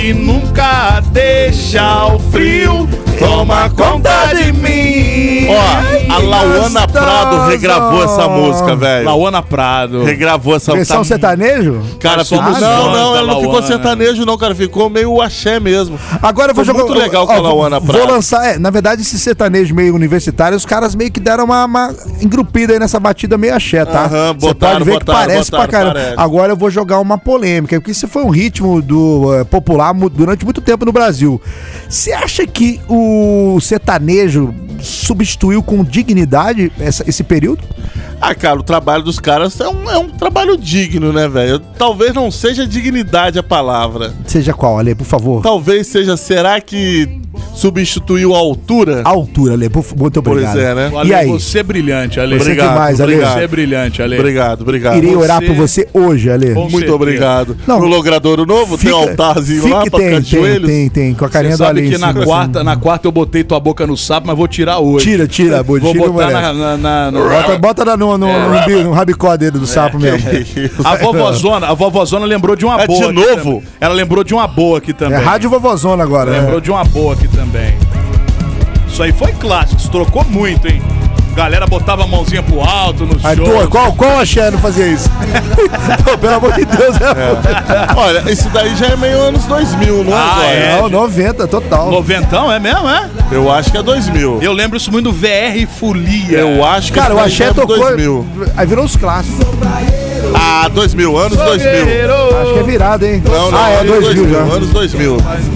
que nunca deixa o frio toma conta de mim. Ó, a Lauana Prado regravou essa música, velho. Lauana Prado. Regravou essa música. Versão sertanejo? Cara, ficou, somos não, fãs não, da ela não ficou Lauana. sertanejo não, cara. Ficou meio axé mesmo. Agora eu vou Ficou jogar. muito legal ó, com a ó, Lauana vou, Prado. vou lançar. É, na verdade, esse sertanejo meio universitário, os caras meio que deram uma, uma engrupida aí nessa batida meio axé, tá? Aham, Você botaram, pode ver botaram, que parece botaram, pra caramba. parece. Agora eu vou jogar uma polêmica, porque isso foi um ritmo do eh, popular mu- durante muito tempo no Brasil. Você acha que o sertanejo substituiu com dignidade essa- esse período? Ah, cara, o trabalho dos caras é um, é um trabalho digno, né, velho? Talvez não seja dignidade a palavra. Seja qual, Ale, por favor? Talvez seja, será que substituiu a altura? A altura, Ale, por, muito Pois obrigado. é, né? Ale, E aí? você é brilhante, Ale. Você que mais, Ale? Você é brilhante, Ale. Obrigado, obrigado. Irei você- orar por você hoje, Ale. Com Muito certeza. obrigado. Não, no logradouro novo tem um altarzinho fique- lá pra tem, ficar de tem, joelhos? Tem, tem, com a carinha Você do sabe Ale que em na cima, quarta, assim. na quarta eu botei tua boca no sapo, mas vou tirar hoje. Tira, tira, Vou Budinho. botar na, na, na- no... Bota, bota na- no, no, no, no, bi- no rabicó dele do sapo mesmo. A vovozona, a vovozona lembrou de uma É de boa. aqui novo? também. Ela lembrou de uma boa aqui É também. rádio vovozona agora, né? Lembrou de uma boa aqui também. Isso aí foi clássico, isso trocou muito, hein? Galera botava a mãozinha pro alto no Aí, show. tu, qual, qual axé não fazia isso? Pô, pelo amor de Deus, né? Olha, esse daí já é meio anos dois mil, não é? Ah, agora? é. Não, noventa, total. Noventão, é mesmo, é? Eu acho que é dois mil. Eu lembro isso muito do V R Folia. Eu acho que Cara, o esse daí já axé é tocou. dois mil. Aí virou os clássicos. Ah, dois mil, anos dois mil. Acho que é virado, hein? Não, não, ah, é anos dois mil já. anos dois mil.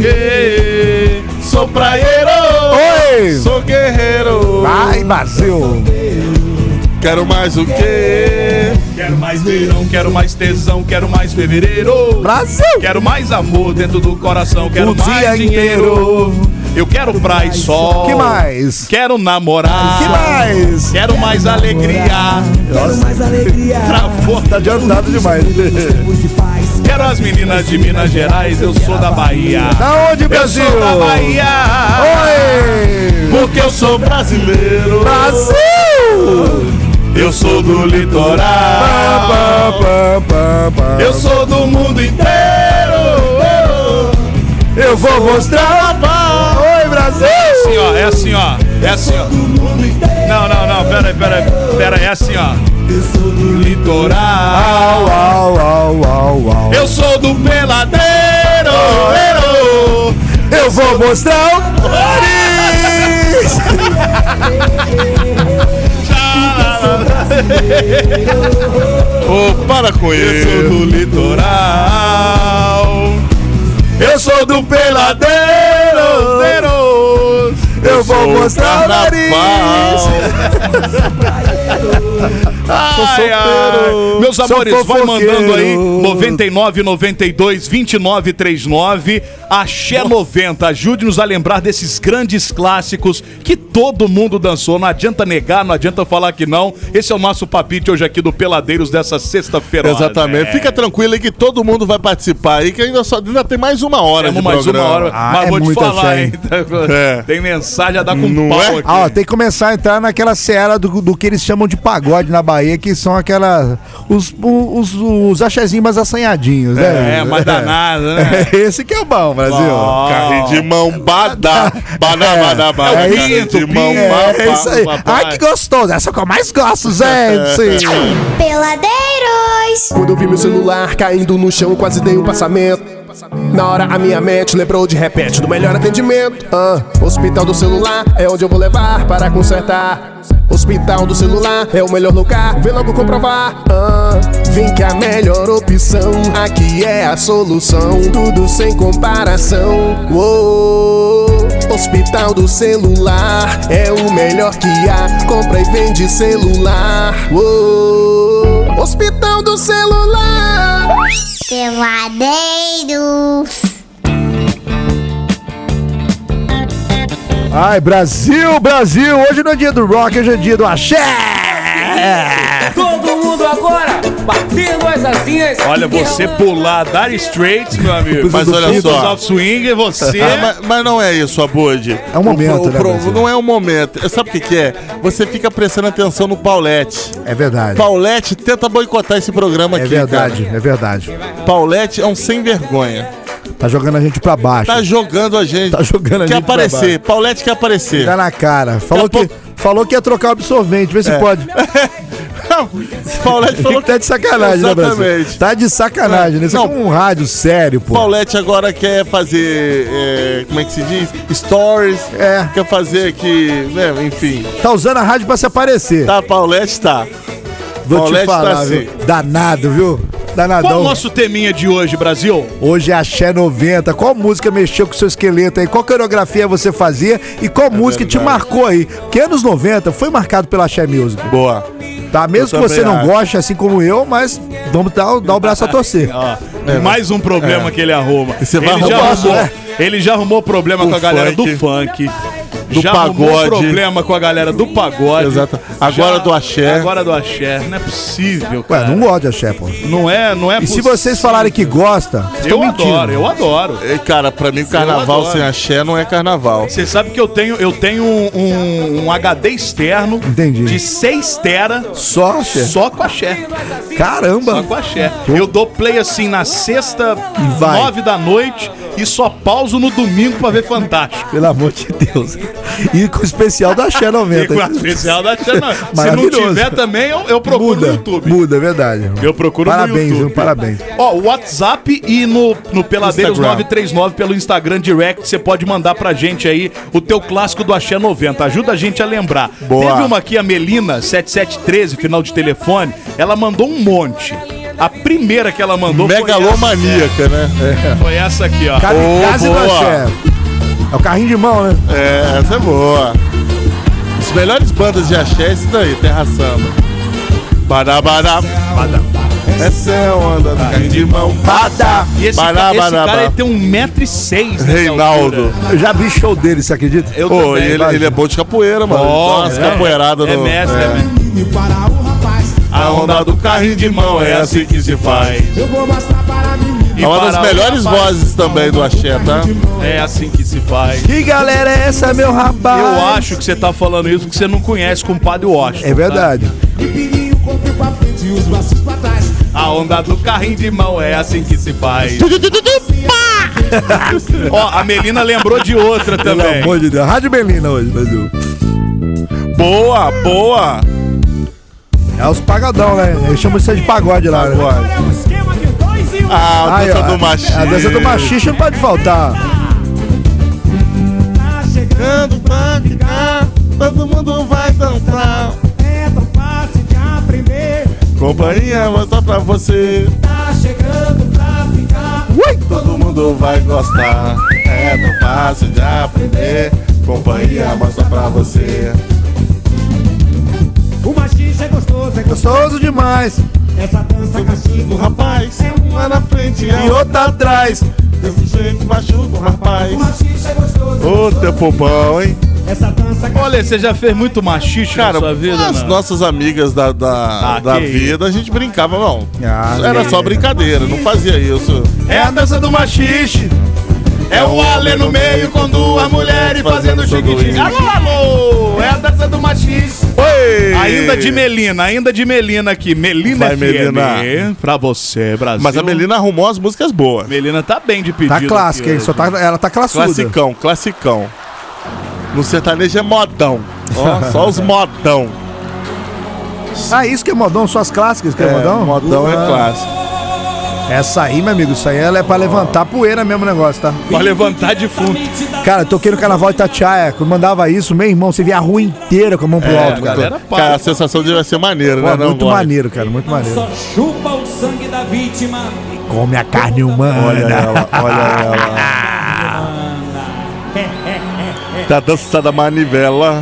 Sou praieiro, Oi! Sou guerreiro. Ai, Brasil. Quero mais o quê? Quero mais verão, quero mais tesão, quero mais fevereiro. Brasil! Quero mais amor dentro do coração, quero O dia mais dinheiro. Eu quero praia e sol. Que mais? Quero namorar. Que mais? Quero mais alegria. Quero mais alegria. Travou. Tá adiantado demais. Quero as meninas de Minas Gerais, eu sou da Bahia. Da onde, Eu Brasil? sou da Bahia. Oi! Porque eu sou brasileiro. Brasil! Eu sou do litoral. Pá, pá, pá, pá. Eu sou do mundo inteiro. Eu vou mostrar. Oi, Brasil! É assim, ó, é assim, ó. É assim, ó. Não, não, não, pera aí, pera aí. Pera aí, é assim, ó. Eu sou do litoral. Au, au, au, au, au. Eu sou do peladeiro. Eu vou mostrar o nariz! Ô, para com Eu isso. sou do litoral. Eu sou do peladeiro. Eu vou mostrar o nariz! Ai, ai. Meus Sou amores, vai fofoqueiro. mandando aí noventa e nove, noventa e dois, vinte e nove, trinta e nove. Axé noventa, ajude-nos a lembrar desses grandes clássicos que todo mundo dançou. Não adianta negar, não adianta falar que não. Esse é o nosso papite hoje aqui do Peladeiros dessa sexta-feira. Exatamente. É. Fica tranquilo aí que todo mundo vai participar aí, que ainda, só, ainda tem mais uma hora Temos de mais programa. uma hora, Ah, mas é vou te muita falar, fé, hein? É. Tem mensagem a dar com Não pau é? aqui. Ah, ó, tem que começar a entrar naquela seara do, do que eles chamam de pagode na Bahia, que são aquelas. Os, os, os axezinhos mais assanhadinhos, né? É, mais danado, né? Esse que é o bom, Brasil. Ó. Carrinho de mão badá, badá, badá, badá, É carrinho isso, de mão é, badá, é isso aí. Ai, que gostoso. Essa é a que eu mais gosto, gente. Peladeiros. Quando eu vi meu celular caindo no chão, quase dei um passamento. Na hora a minha mente lembrou de repente do melhor atendimento. Ah, hospital do celular é onde eu vou levar para consertar. Hospital do celular é o melhor lugar, vem logo comprovar. Ah, vem que a melhor opção aqui é a solução, tudo sem comparação. Uou, Hospital do celular é o melhor que há, compra e vende celular. Uou, Hospital do celular. Peladeiros. Ai, Brasil, Brasil. Hoje não é dia do rock, hoje é dia do axé. Todo mundo agora, batendo as asinhas. Olha, você pular Dire Straits, meu amigo. Mas olha Beatles só. of Swing, você... Ah, mas, mas não é isso, Abud. É um momento, o, o, né, pro- Brasil? Não é um momento. Sabe o que, que é? Você fica prestando atenção no Paulette. É verdade. Paulette tenta boicotar esse programa É aqui, verdade, cara. é verdade. Paulette é um sem vergonha. Tá jogando a gente pra baixo. Tá jogando a gente. Tá jogando a quer gente pra aparecer. baixo. Paulette quer aparecer. Tá na cara. Falou que, pouco- falou que ia trocar o absorvente, vê se É. pode. Paulette falou que tá de sacanagem, né, Brasil? Exatamente. Tá de sacanagem, né? Isso Não. aqui é um rádio sério, pô. Paulette agora quer fazer, é, como é que se diz? Stories. É. Quer fazer aqui, né? Enfim. Tá usando a rádio pra se aparecer. Tá, Paulette tá. Vou Paulette te falar, tá viu? assim. Danado, viu? Qual Danadão. o nosso teminha de hoje, Brasil? Hoje é Axé noventa. Qual música mexeu com o seu esqueleto aí? Qual coreografia você fazia? E qual música te verdade. marcou aí? Porque anos noventa foi marcado pela Axé Music. Boa. Tá? Mesmo que Eu você também não acho. goste, assim como eu, mas vamos dar, dar o braço a torcer. Ó, mais um problema É. que ele arruma. E você vai ele, já arrumar, arrumou, né? ele já arrumou problema O com a galera funk. do funk. Do já arrumou pagode. problema com a galera do pagode. Exato. Agora do axé. Agora do axé. Não é possível, Ué, cara. não gosto de Axé, pô. Não é, não é E se possível. vocês falarem que gosta, vocês Eu estão mentindo. adoro, eu adoro. E, cara, pra mim o carnaval adoro. sem axé não é carnaval. Você sabe que eu tenho, eu tenho um, um- um H D externo Entendi. de seis tera Só Axé? só com axé. Caramba. Só com axé. Eu dou play assim na sexta, E vai. nove da noite e só pauso no domingo pra ver Fantástico. Pelo amor de Deus. E com o especial da Axé E noventa. com a especial da Axé, não. Se não Maravilhoso. tiver também, eu, eu procuro Muda, no YouTube. muda, é verdade. Eu procuro Parabéns, no YouTube. viu? Parabéns. Ó, o WhatsApp e no, no Peladeiros Instagram. nove três nove pelo Instagram Direct, você pode mandar pra gente aí o teu clássico do Axé noventa. Ajuda a gente a lembrar. Boa. Teve uma aqui, a Melina, sete sete um três, final de telefone. Ela mandou um monte. A primeira que ela mandou Megalomaníaca, né? foi essa, foi essa aqui, ó. Kamikaze do boa. Axé. É o carrinho de mão, né? É, essa é boa. As melhores bandas de axé é isso daí, Terra Samba. Barabará. Essa é a onda do carrinho de mão. Bada. E esse, Bará, esse bará, cara bará. ele tem um metro e seis. Reinaldo. Eu já vi show dele, você acredita? Eu Pô, também. e ele, ele é bom de capoeira, mano. Ó, Nossa, é, capoeirada é no. mestre, é mestre. E para o rapaz, a onda do carrinho de mão é assim que se faz. Eu vou mostrar para mim. E É uma das para o melhores rapaz, vozes também do axé, tá? É assim que se faz. Que galera é essa, meu rapaz? Eu acho que você tá falando isso porque você não conhece o compadre Washington. É verdade. Empine o corpo pra frente e os braços pra trás. Tá? A onda do carrinho de mão é assim que se faz. Ó, a Melina lembrou de outra Pelo também. amor de Deus. Rádio Belina hoje, Brasil. Boa, boa. É os pagadão, né? Eles chamam isso de pagode lá, né? Agora. É um esquema de dois e um. Ah, a Aí, dança ó, do machismo. A dança do machixe não pode faltar. Tá chegando pra ficar. Todo mundo vai dançar. É tão fácil de aprender. Companhia, mostra pra você. Tá chegando pra ficar. Todo mundo vai gostar. É tão fácil de aprender. Companhia, mostra pra você. O machixe é gostoso, é gostoso. Gostoso demais. Essa dança O castigo. rapaz, uma na frente E e outra. outra atrás. Desse jeito machuca o rapaz. O machixe é gostoso. Ô, tempo bom, hein? Essa dança castigo. Olha, você já fez muito machixe Cara, na sua vida, as não? nossas amigas da, da, Ah, da que vida, a gente brincava, não. Ah, Era só brincadeira, não fazia isso. É a dança do machixe. É o Ale no meio com duas mulheres fazendo chiquitinho. Alô, alô! É a dança do machixe. Oi! Ainda de Melina, ainda de Melina aqui. Melina Vai, F M. Melina. Pra você, Brasil. Mas a Melina arrumou as músicas boas. Melina tá bem de pedido. Tá aqui clássica, hein? hoje. Só tá, ela tá classuda. Classicão, classicão. No sertanejo é modão. Ó, só os modão. Ah, isso que é modão? Só as clássicas que é, É, modão? modão é Ah. clássico. Essa aí, meu amigo, isso aí ela é pra levantar poeira mesmo o negócio, tá? Pra levantar defunto. Cara, eu toquei no carnaval de Itatiaia, quando mandava isso, meu irmão, você via a rua inteira com a mão pro alto, cara. galera para. Cara, a sensação de vai ser maneiro, Pô, né? Não, muito Boy? maneiro, cara, muito maneiro. Só chupa o sangue da vítima. Come a carne humana. Olha ela, olha ela. Tá dança da manivela.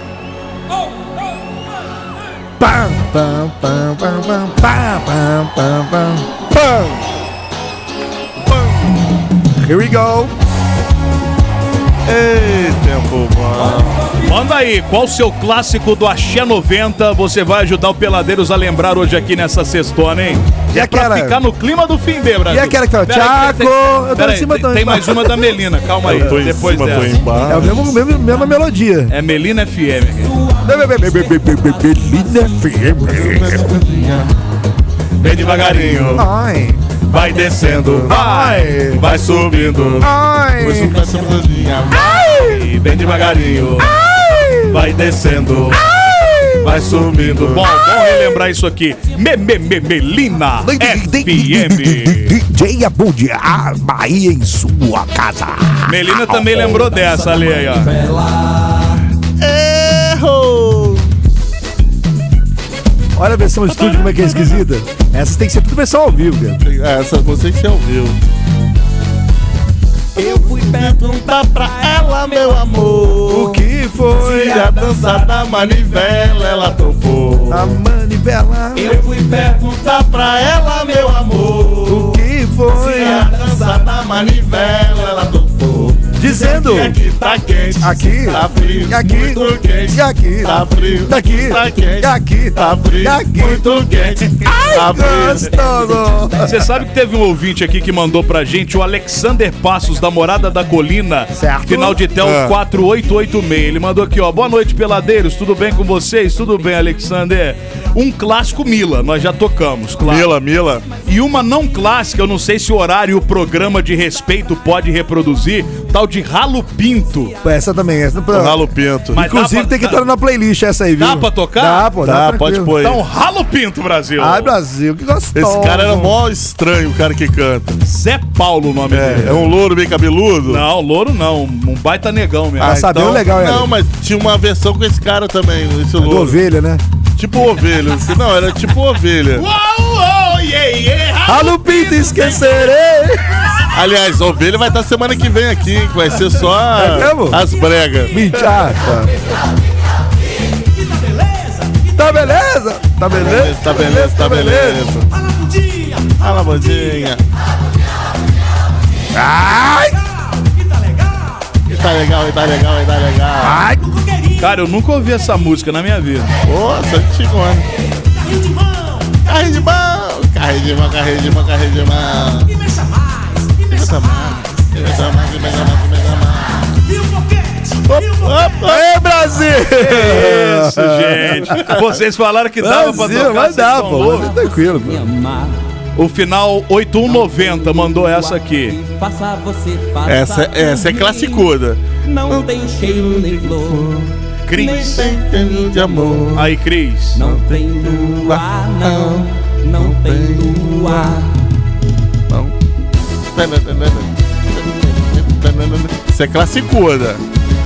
Pam, pam, pam, pam, pam, pam, pam, pam, pam. Pam! Here we go. Ei, tempo bom. Manda aí, qual o seu clássico do Axé noventa você vai ajudar o Peladeiros a lembrar hoje aqui nessa sextona, hein? E é pra aquela- ficar no clima do fim de Brasil. E aquela que fala, Pera aí, Tchaco, tem- eu tô pera em aí, cima, tem, tô tem em mais uma da Melina, calma aí, Eu tô em depois cima, tô dessa. embaixo. É o mesmo, mesmo, mesma melodia. É Melina F M aqui. Belina F M. Vem devagarinho. Ai. vai descendo, vai, vai subindo. Ai. Pois um essa mudadinha, vai, bem devagarinho. Vai descendo, vai subindo. Bom, vamos relembrar isso aqui. Me, me, me, Melina F M. D J Abud, a Bahia em sua casa. Melina também lembrou dessa ali aí, ó. Errou! Olha a versão estúdio como é que é esquisita. Essas tem que ser tudo versão ao vivo, cara. Essa música tem que ser ao vivo. Eu fui perguntar pra ela, meu amor, o que foi? Se a dança da manivela ela topou. A manivela. Eu fui perguntar pra ela, meu amor, o que foi? Se a dança da manivela ela topou. Dizendo que aqui tá quente, aqui tá frio, e aqui, muito quente, e aqui, tá frio, daqui, tá quente, e aqui, tá frio, e aqui, muito quente, ai, tá frio. gostoso. Você sabe que teve um ouvinte aqui que mandou pra gente, o Alexander Passos, da Morada da Colina, certo? Final de tel Ah. quatro oito oito seis. Ele mandou aqui, ó, boa noite, peladeiros, tudo bem com vocês? Tudo bem, Alexander? Um clássico Mila, nós já tocamos, claro. Mila, Mila. E uma não clássica, eu não sei se o horário e o programa de respeito pode reproduzir, tal de Ralo Pinto. Essa também, essa O Ralo Pinto. Mas inclusive dá pra- tem que entrar na playlist essa aí, viu? Dá pra tocar? Dá, pô, Dá, dá, pode tranquilo. pôr aí. Então, Ralo Pinto, Brasil. Ai, Brasil, que gostoso. Esse cara era mó estranho, o cara que canta. Zé Paulo o nome É, dele. é um louro bem cabeludo? Não, louro não, um baita negão mesmo. Ah, sabendo legal, é. Não, mas tinha uma versão com esse cara também, esse Do louro. ovelha, né? Tipo ovelha. Não, era tipo ovelha. Uou, uou, yeah, yeah, Ralo Pinto, esquecerei. Aliás, a ovelha vai estar semana que vem aqui, que vai ser só a- É mesmo? as bregas. Mentira. Tá beleza? Tá beleza? Tá beleza, tá beleza. Fala, bandinha. Ai! E tá legal, e tá legal, e tá legal. Ai! Cara, eu nunca ouvi essa música na minha vida. Nossa, antigona. Carrinho de mão, carrinho de mão, carrinho de mão, carrinho de mão, carrinho de mão. E mexa mais, e mexa mais, e mexa mais, e mexa mais, e mexa mais. E o boquete, Ei, Brasil! Isso, gente. Vocês falaram que dava pra Brasil, tocar, vai vocês dar, estão pô. loucos. Vai ser tranquilo, pô. O final oito um nove zero mandou essa aqui. Faça você passar Essa, essa é por classicuda. mim. Não tem cheiro nem flor, Nem Cris. tem tempo de amor. Aí, Cris. não tem lua, não, não tem lua. Não. Isso é classicuda.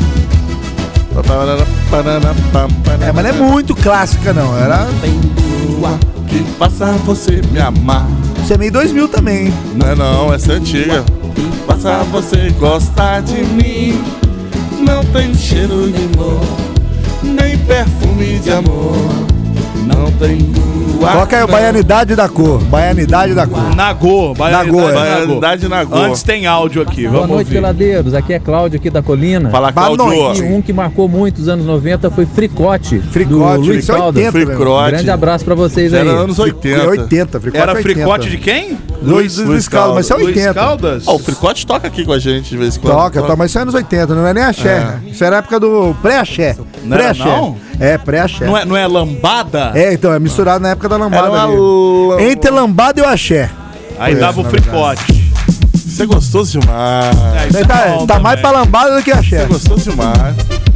É, mas não é muito clássica, não. Era. Tem lua, Que faça você me amar. Isso é meio dois mil também, hein? Não é não, essa é antiga. Que faça você gostar de mim. Não tem cheiro de amor, nem perfume de amor. Não tem lua. Toca aí o Baianidade da Cor. Baianidade da Cor. Nagô. Nagô, é. Baianidade Nagô. Antes tem áudio aqui, Boa vamos noite, ouvir. peladeiros. Aqui é Cláudio, aqui da Colina. Fala, Boa Claudio. noite. E um que marcou muito os anos noventa foi Fricote, Fricote, do Luiz isso é Caldas. oitenta, né? Fricote. Grande abraço pra vocês aí. Era anos É oitenta. oitenta, Fricote Era oitenta. fricote de quem? Luiz, Luiz, Luiz Caldas, mas isso é Luiz oitenta. Caldas? Ó, o Fricote toca aqui com a gente de vez em quando. Toca, tá, mas isso é anos oitenta, não é nem axé. É. Isso era a época do pré-axé. Não era, Pré-axé. não? É, pré-axé. Não é, não é lambada? É, então, é misturado na época da lambada. Era uma ali. lam- Entre lambada e o axé. Aí Foi dava o essa, na fricote. Isso é gostoso demais. É, isso é Tá, bom tá mais pra também. lambada do que Isso axé. é gostoso demais.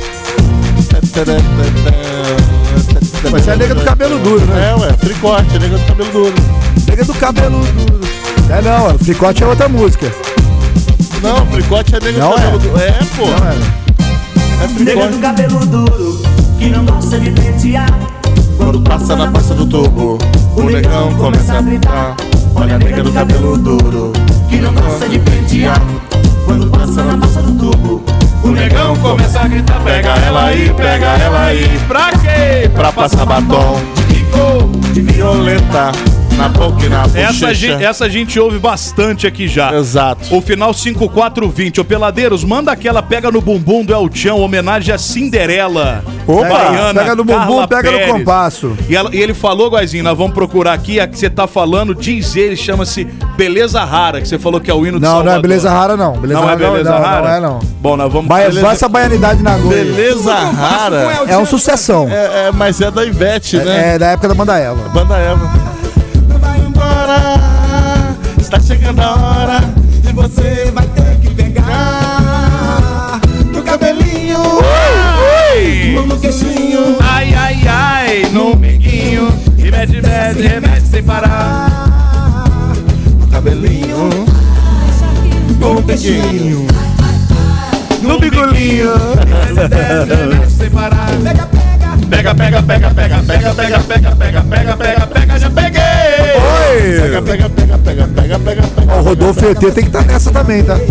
Mas você é nega do cabelo duro, né? É, ué, Fricote, nega do cabelo duro. Nega do cabelo duro. É não, ó, fricote é outra música. Não, Fricote é nega Não do cabelo é? duro. É, pô. Não é? É Fricote. cabelo duro, que não gosta de pentear. Quando passa na pasta do tubo, o negão começa a gritar. Olha a nega do cabelo duro, que não gosta de pentear. Quando passa na pasta do tubo, o negão começa a gritar. Pega ela aí, pega ela aí. Pra quê? Pra passar batom de violeta na boca e na Essa, bochecha. gen- essa a gente ouve bastante aqui já. Exato. O final cinco quatro vinte. Ô, Peladeiros, manda aquela pega no bumbum do El Chão, homenagem a Cinderela. Opa, Baiana, pega no bumbum, Carla pega no Pérez. compasso. E, ela- e ele falou, Guazinho, nós vamos procurar aqui, a que você tá falando, diz ele, chama-se Beleza Rara, que você falou que é o hino de Não, Salvador. não é beleza rara, não. Beleza Não é rara, Beleza não, Rara? Não é, não. Bom, nós vamos... Baia, Beleza- só essa baianidade na agulha. Beleza rara. É uma sucessão. É, é, mas é da Ivete, né? É, é da época da Banda Eva. Banda Eva. Vai embora, Tá chegando a hora e você vai ter que pegar no cabelinho, Ui, ui. no queixinho, Ai, ai, ai, no meiguinho. E mede, mede, remete sem parar. no cabelinho, no queixinho, No bigolinho. Sem parar. Pega, pega, pega, pega, pega, pega, pega, pega, pega, pega, pega, já peguei. Oi! pega, pega, pega, pega, pega, pega, pega. O Rodolfo E T tem que estar nessa também, tá?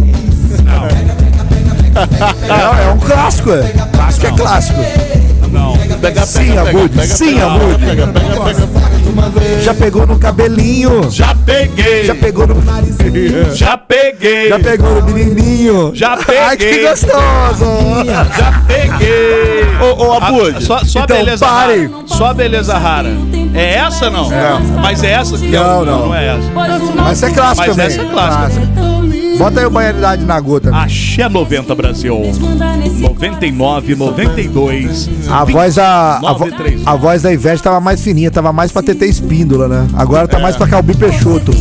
É, é um clássico, é. Clássico é clássico. Não. Pega, Sim, pega, Abud, pega, sim, pega, Abud. pega, pega, pega, pega de uma vez. Já pegou no cabelinho. Já peguei. Já pegou no narizinho. Já peguei. Já pegou no menininho. Já peguei. Ai, que gostoso. Já peguei. Ô, ô, Abud. Ah, Só, só Então, beleza pare. rara. Só beleza rara. É essa não? Não. Mas é essa que Não, é, não. não é essa. Mas é clássico Mas também. essa é clássica. Bota aí o Baianidade na gota. Axé noventa Brasil. noventa e nove, noventa e dois. A voz, a, a, vo- nove três. a voz da Ivete tava mais fininha, tava mais pra T T Espíndola, né? Agora tá mais pra Calbi Peixoto.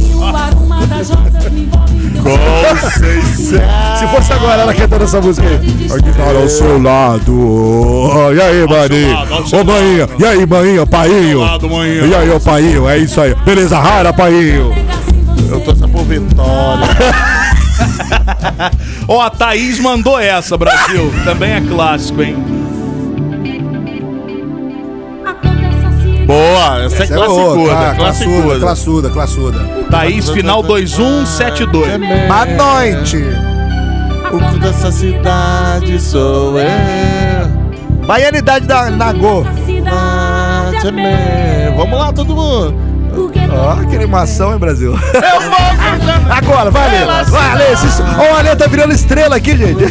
Se fosse agora ela cantando essa música aí. Aqui tá ao seu lado. E aí, maninho? lado, ao seu Ô, maninha. E aí, maninha, painho? lado, maninha. E aí, ô, painho? É isso aí. Beleza rara, painho. Eu tô essa por vitória. Ó, a Thaís mandou essa, Brasil. Também é clássico, hein? Boa, essa é Essa é boa, classicuda, cla- classuda, classicuda. classuda, classuda. Thaís, final dois um sete dois. Boa noite. O cu dessa cidade sou eu. Baianidade da Nagô. Cidade é meu. Vamos lá, todo mundo. Ó, que animação, hein, Brasil? Agora, vai, Alê. Vai, Alê. esse- Ó, o Alê tá virando estrela aqui, gente.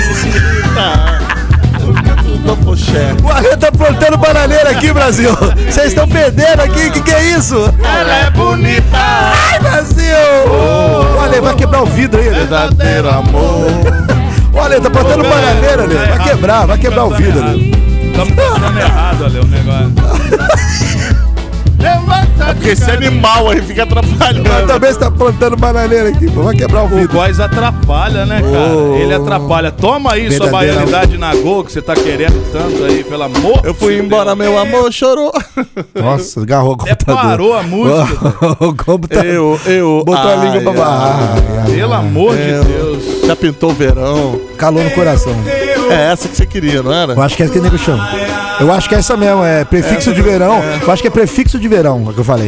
Do poché. O Alê tá plantando bananeira aqui, Brasil. Vocês estão perdendo aqui, que que é isso? Ela é bonita. Ai, Brasil! O Alê vai quebrar o vidro aí, Alê. Verdadeiro amor. O Alê tá plantando bananeira, Alê. Vai quebrar, vai quebrar o vidro, Alê. Estamos fazendo errado ali o negócio. É porque esse animal aí fica Mas atrapalhando. também você tá plantando bananeira aqui, pô. Vai quebrar o O vidro. Góis atrapalha, né, cara? Oh. Ele atrapalha. Toma aí sua Verdadeira- baianidade na Gol, que você tá querendo tanto aí, pelo amor. Eu fui de embora, Deus. meu amor chorou. Nossa, agarrou o Até computador. parou a música. O computador. Eu, eu. Botou a língua pra ai, barrar. ai, Pelo amor eu- de Deus. Já pintou o verão. Calor no coração. É essa que você queria, não era? Eu acho que é essa que nego chama. Eu acho que é essa mesmo, é prefixo de verão. Eu acho que é prefixo de verão, é o que eu falei.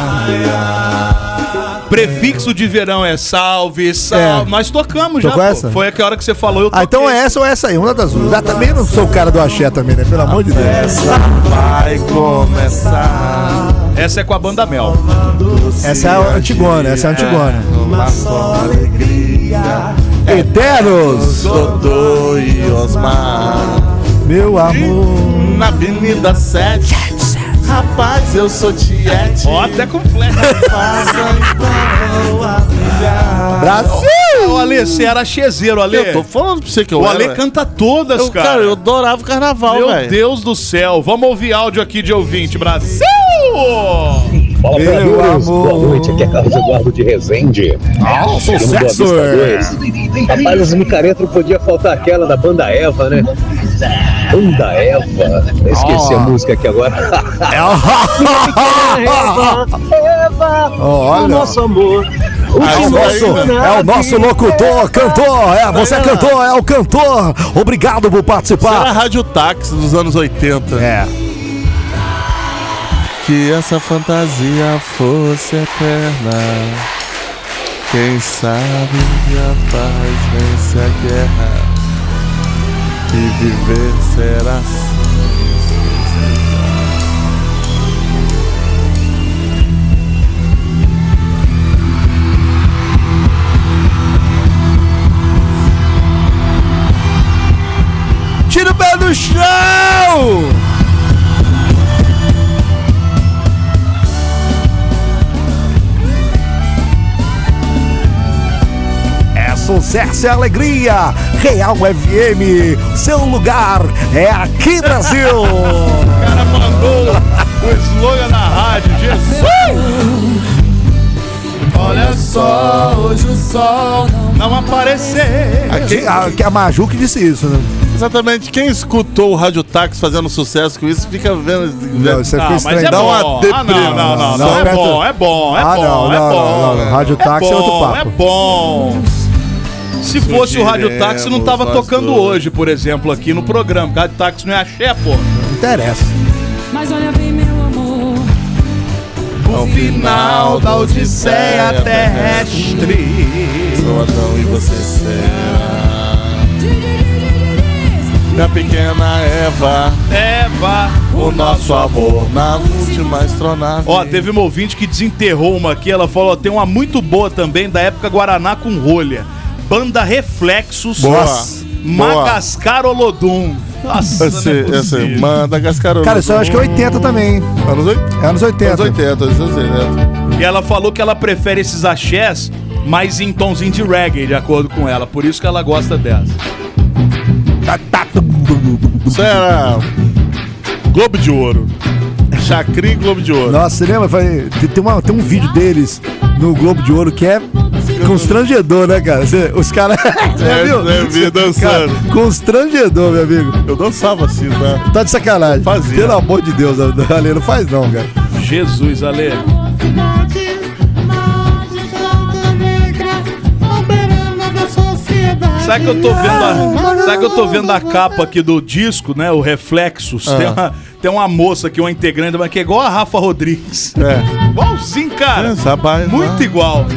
Prefixo de verão é salve, salve. É. Nós tocamos Tocou já, pô. essa? Foi aquela hora que você falou, eu Ah, então toquei. é essa ou é essa aí, uma das duas. Ah, também não sou o cara do axé também, né? Pelo amor de Deus. Essa vai começar. Essa é com a Banda Mel. Essa é a Antigona, essa é a Antigona. Uma só alegria. Eternos, Dodô e Osmar. meu amor. Na Avenida sete. Rapaz, eu sou Tiete. Ó, até com flecha. Faça então a brilhar. Brasil! Ô, Ale, você era chezeiro, Ale. Eu tô falando pra você que eu O era. Ale canta todas, eu, cara. Cara, eu adorava o carnaval, Meu velho. Deus do céu. Vamos ouvir áudio aqui de ouvinte, Brasil! Fala, Meu Bradores. amor. Boa noite, aqui é Carlos Eduardo de Resende. Ah, sucesso! Segundo Avistadores. Rapaz, as micaretas não podia faltar aquela da Banda Eva, né? Banda Eva. Eu esqueci Ah. a música aqui agora. Eva, Eva, Olha. o nosso amor. O É que o, nós nosso, não é o nosso locutor, cantor, é, você é Aí, ó. cantor, é o cantor. Obrigado por Isso era participar. Rádio Táxi dos anos oitenta. É. Que essa fantasia fosse eterna. Quem sabe a paz vence a guerra. E viver será assim. Tira o pé do chão! É sucesso e alegria! Real F M, seu lugar é aqui, Brasil! O cara mandou o slogan na rádio, Jesus! Olha só, hoje o sol não aparecer. Aqui, a, que a Maju que disse isso, né? Exatamente. Quem escutou o Rádio Táxi fazendo sucesso com isso, fica vendo... Não, você fica Não, mas estranho. é Dá uma bom. deprê. Ah, não, não, não, não. Não, É perto- bom, é bom, é Ah, bom, não, é não, bom. não, não. Rádio Táxi é outro papo. É bom. Se fosse o Rádio Táxi, não tava nós tocando todos. hoje, por exemplo, aqui no programa. Porque Rádio Táxi não é axé, pô. Não interessa. Mas olha bem, meu amor. Ao final da Odisseia terrestre, sou Adão e você será minha pequena Eva, Eva, o nosso amor na última astronave. Ó, teve uma ouvinte que desenterrou uma aqui. Ela falou: tem uma muito boa também, da época Guaraná com rolha. Banda Reflexos. Boa. Madagascar Olodum. Nossa, Esse, não é esse possível. Madagascar. Cara, isso eu acho que é oitenta também. Anos oitenta? É anos oitenta. Anos oitenta, anos oitenta. E ela falou que ela prefere esses axés, mas em tomzinho de reggae, de acordo com ela. Por isso que ela gosta dessa. Isso era Globo de Ouro. Chacrinha e Globo de Ouro. Nossa, você lembra? Foi- Tem, tem uma- tem um vídeo deles no Globo de Ouro que é constrangedor, né, cara? Você- os caras. Você já É, viu? eu vi dançando. Cara, constrangedor, meu amigo. Eu dançava assim, tá? Tá de sacanagem. Fazia. Pelo amor de Deus, Ale, não faz não, cara. Jesus, Ale. Sabe que eu tô vendo a, sabe que eu tô vendo a capa aqui do disco, né? O Reflexos. Ah. Tem, uma, tem uma moça aqui, uma integrante, mas que é igual a Rafa Rodrigues. É. Igualzinho, cara. Essa baila- Muito igual.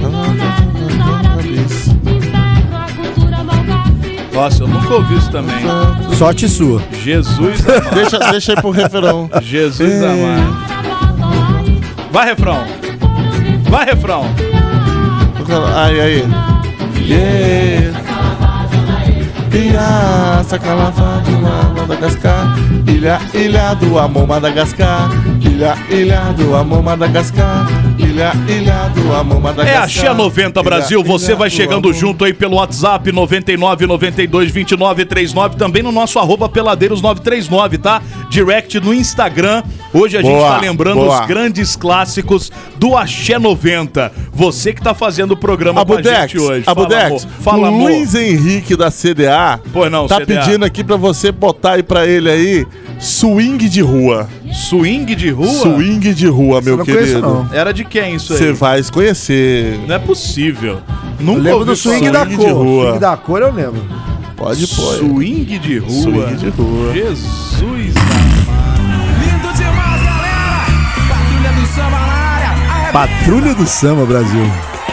Nossa, eu nunca ouvi isso também. Sorte sua. Jesus amado. Deixa, deixa aí pro refrão. Jesus É. amado. Vai, refrão. Vai, refrão. Aí, aí. Yeah. Ilha, Sacalava do Madagascar. Ilha, ilha do amor, Madagascar. Ilha, ilha do amor, Madagascar. Ilha, ilha do amor, Madagascar. É a Axé noventa Brasil, Ilha, você ilha vai do chegando amor. junto aí pelo WhatsApp noventa e nove, noventa e dois, vinte e nove, trinta e nove, também no nosso arroba peladeiros nove três nove, tá? Direct no Instagram. Hoje a gente Boa, tá lembrando boa. os grandes clássicos do Axé noventa. Você que tá fazendo o programa com a Abudex, gente hoje. Fala, Abudex, amor. Fala, o amor. Luiz Henrique da C D A Pois não, tá C D A. pedindo aqui pra você botar aí pra ele aí swing de rua. Swing de rua? Swing de rua, meu não conheço, querido. não. Era de quem isso aí? Você vai conhecer. Não é possível. Eu Nunca lembro ouvi do swing falar. da Swing de cor. rua. Swing da cor eu lembro. Pode pôr. Swing de rua. Swing de rua. Jesus. Lindo demais, galera! Patrulha do samba na área! Aê, Patrulha do Samba, Brasil.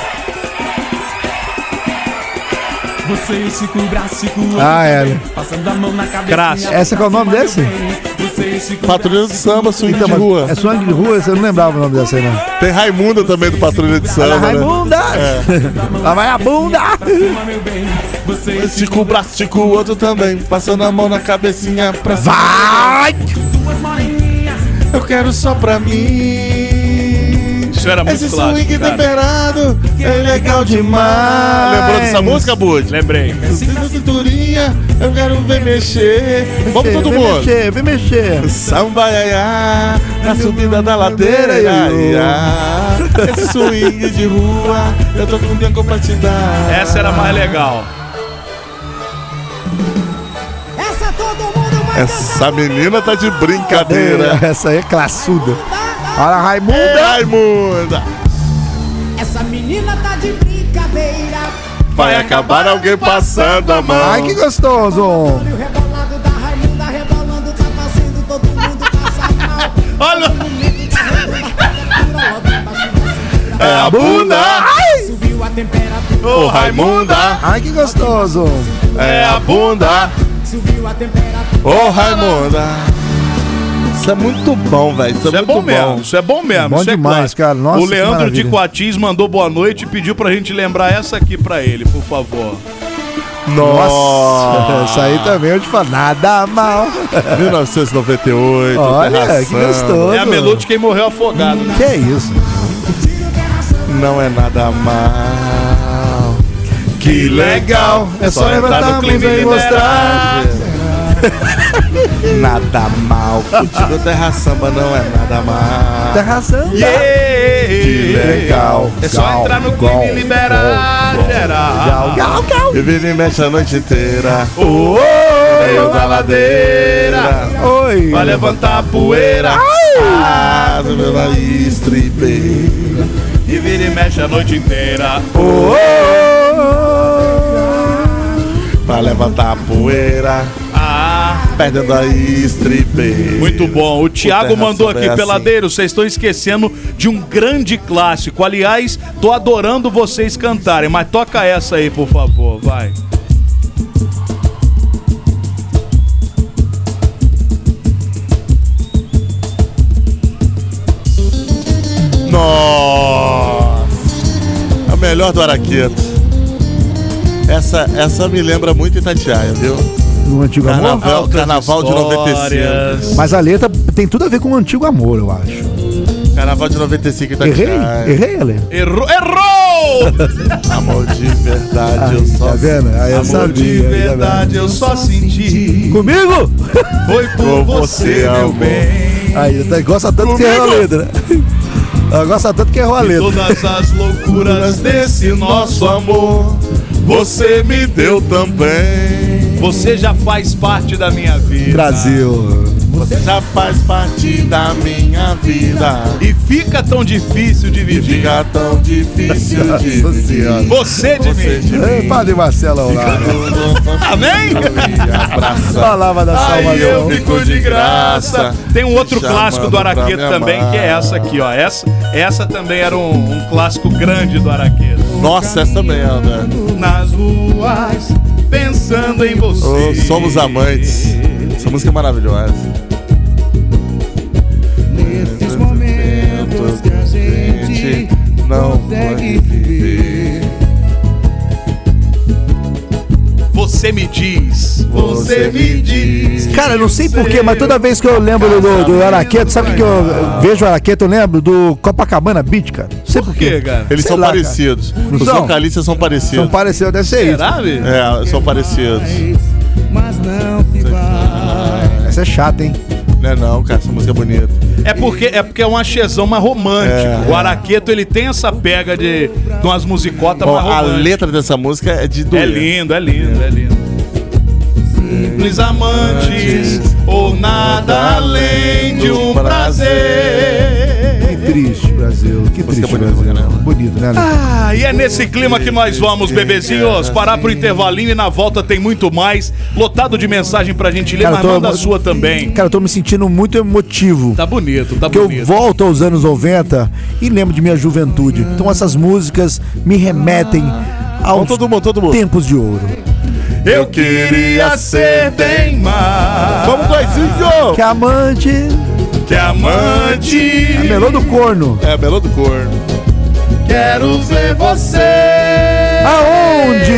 Você e o Chico Braço, Chico Ah, é, né? passando a mão na cabeça. Crasso. Essa qual é o nome desse? Você e o Chico Patrulha do Samba, swing Então, de mas rua. é swing de rua? Eu não lembrava o nome dessa aí, não. Tem Raimunda também do Patrulha de Olha, Samba, né? Raimunda! Lá vai a bunda! meu bem. Você e o Estica o braço, estica o outro também. Passando a mão na cabecinha pra cima. Vai! duas moreninhas. Eu quero só pra mim. Isso era muito Esse clássico, swing cara. temperado é legal demais. Lembrou dessa música, Bud? Lembrei. Sinta a cinturinha, eu quero ver mexer. Vamos todo vem mundo. mexer, vem mexer. Samba, iaiá, na subida da ladeira, iaiá. Esse swing de rua, eu tô com um bianco pra te dar. Essa era mais legal. Essa menina tá de brincadeira. Essa aí é classuda. Olha a Raimunda. Ei, Raimunda. Essa menina tá de brincadeira. Vai acabar alguém passando a mão. Ai, que gostoso. O rebolado da Raimunda rebolando tá fazendo todo mundo passar mal. Olha. É a bunda. Subiu a temperatura. Ô, Raimunda. Ai, que gostoso. É a bunda. Subiu a temperatura. Ô, Raimunda. Isso é muito bom, velho. Isso, Isso é muito bom mesmo, isso é bom mesmo. Bom isso é demais, clássico. cara. Nossa, o que Leandro de maravilha. Coatis mandou boa noite e pediu pra gente lembrar essa aqui pra ele, por favor. Nossa. Essa aí também eu te falo. Nada mal. mil novecentos e noventa e oito. Olha, Terra que Samba. gostoso. É a Melô de quem morreu afogado, né? Que é isso? Não é nada mal. Que legal. É só levantar a clima blusa e e mostrar. Nada mal. Contigo Terra Samba não é nada mal. Terra Samba. Yeah! Que legal. É só Gal, entrar no gal, clima e liberar gal, geral. gal, gal. E vira e mexe a noite inteira. Oh, No meio da ladeira. Oi. Vai levantar a poeira. Ah, do meu nariz tripeira. E vira e mexe a noite inteira. Oh, Pra levantar a poeira. Ah, perdendo a estribeira. Muito bom. O Thiago mandou aqui, assim. Peladeiro, vocês estão esquecendo de um grande clássico. Aliás, tô adorando vocês cantarem, mas toca essa aí, por favor, vai. Nossa! A melhor do Araqueto. Essa, essa me lembra muito Itatiaia, viu? No Antigo Carnaval, Amor? Carnaval de noventa e cinco. Mas a letra tem tudo a ver com o Antigo Amor, eu acho. Carnaval de noventa e cinco Errei? Itatiaia. Errei, Ale? Errou! Errou! Amor de verdade, Ai, eu só tá vendo? Aí eu Amor sabia, de tá verdade, eu só senti. Comigo? Foi por você, meu bem. Aí, tá, gosta tanto que errou a letra. Ela gosta tanto que errou a E letra. todas as loucuras desse nosso amor, você me deu também. Você já faz parte da minha vida. Brasil. Você já faz parte da minha vida. E fica tão difícil de E viver. fica tão difícil de Nossa viver. Senhora. Você de Você de mim. Ei, Padre Marcelo ao lado. Amém? Falava da Aí salvação. eu fico de graça. Tem um outro Chamando clássico do pra Araqueto me também, amar. que é essa aqui, ó. Essa, essa também era um, um clássico grande do Araqueto. Nossa, essa também é, né? Nas ruas, pensando em você. Oh, somos amantes. Essa música é maravilhosa. Nesses momentos que a gente não consegue viver. Você me diz, você me diz. Cara, eu não sei porquê, mas toda vez que eu lembro do, do, do Araqueto, sabe o que eu vejo o Araqueto? Eu lembro do Copacabana Beach, cara. Não sei Por quê, cara? Eles Sei são lá, parecidos. Não Os são? vocalistas são parecidos. São parecidos, deve ser isso. Será, velho? É, são parecidos. Mas não se vai. Essa é chata, hein? Não é não, cara, essa música é bonita. É porque é porque é um achezão mais romântico. É. O Araqueto, ele tem essa pega de, de umas musicotas Bom, mais a românticas. letra dessa música é de doer. É lindo, é lindo, é lindo. Simples amantes ou nada além de um prazer. Que triste, Brasil. Que triste, bonita, Brasil. né? Bonito, né, Ale? Ah, e é nesse clima que nós vamos, bebezinhos, parar pro intervalinho e na volta tem muito mais. Lotado de mensagem pra gente ler, Cara, mas eu tô- manda a sua também. Cara, eu tô me sentindo muito emotivo. Tá bonito, tá Porque eu bonito. volto aos anos noventa e lembro de minha juventude. Então essas músicas me remetem aos todo mundo, todo mundo. tempos de ouro. Eu queria ser bem mais. Vamos, Guaizinho! Que amante... Que amante. É melô do corno. É, Belo do Corno. Quero ver você. Aonde?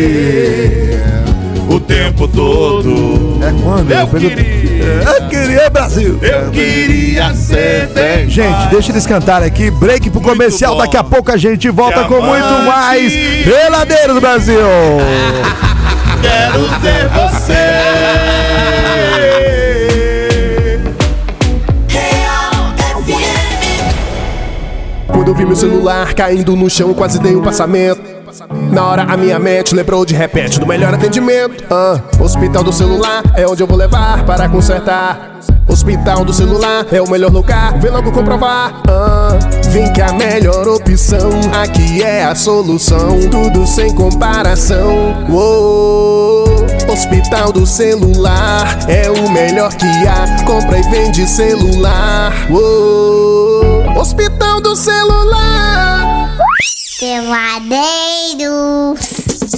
O tempo todo. É quando? Eu pergunto- queria. Eu queria, Brasil. Eu queria ser bem Gente, mais. deixa eles cantarem aqui. Break pro comercial. bom. Daqui a pouco a gente volta Que com muito amante. mais Peladeiros do Brasil. Quero ter você. Quando eu vi meu celular caindo no chão, quase dei um passamento. Na hora a minha mente lembrou de repente do melhor atendimento. Ah, hospital do celular é onde eu vou levar para consertar. Hospital do celular é o melhor lugar, vem logo comprovar. Ah, vem que a melhor opção aqui é a solução, tudo sem comparação. Uou, Hospital do celular é o melhor que há, compra e vende celular. Uou, Hospital do celular. Peladeiros.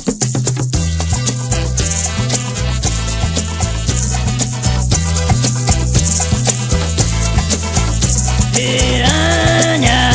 Piranha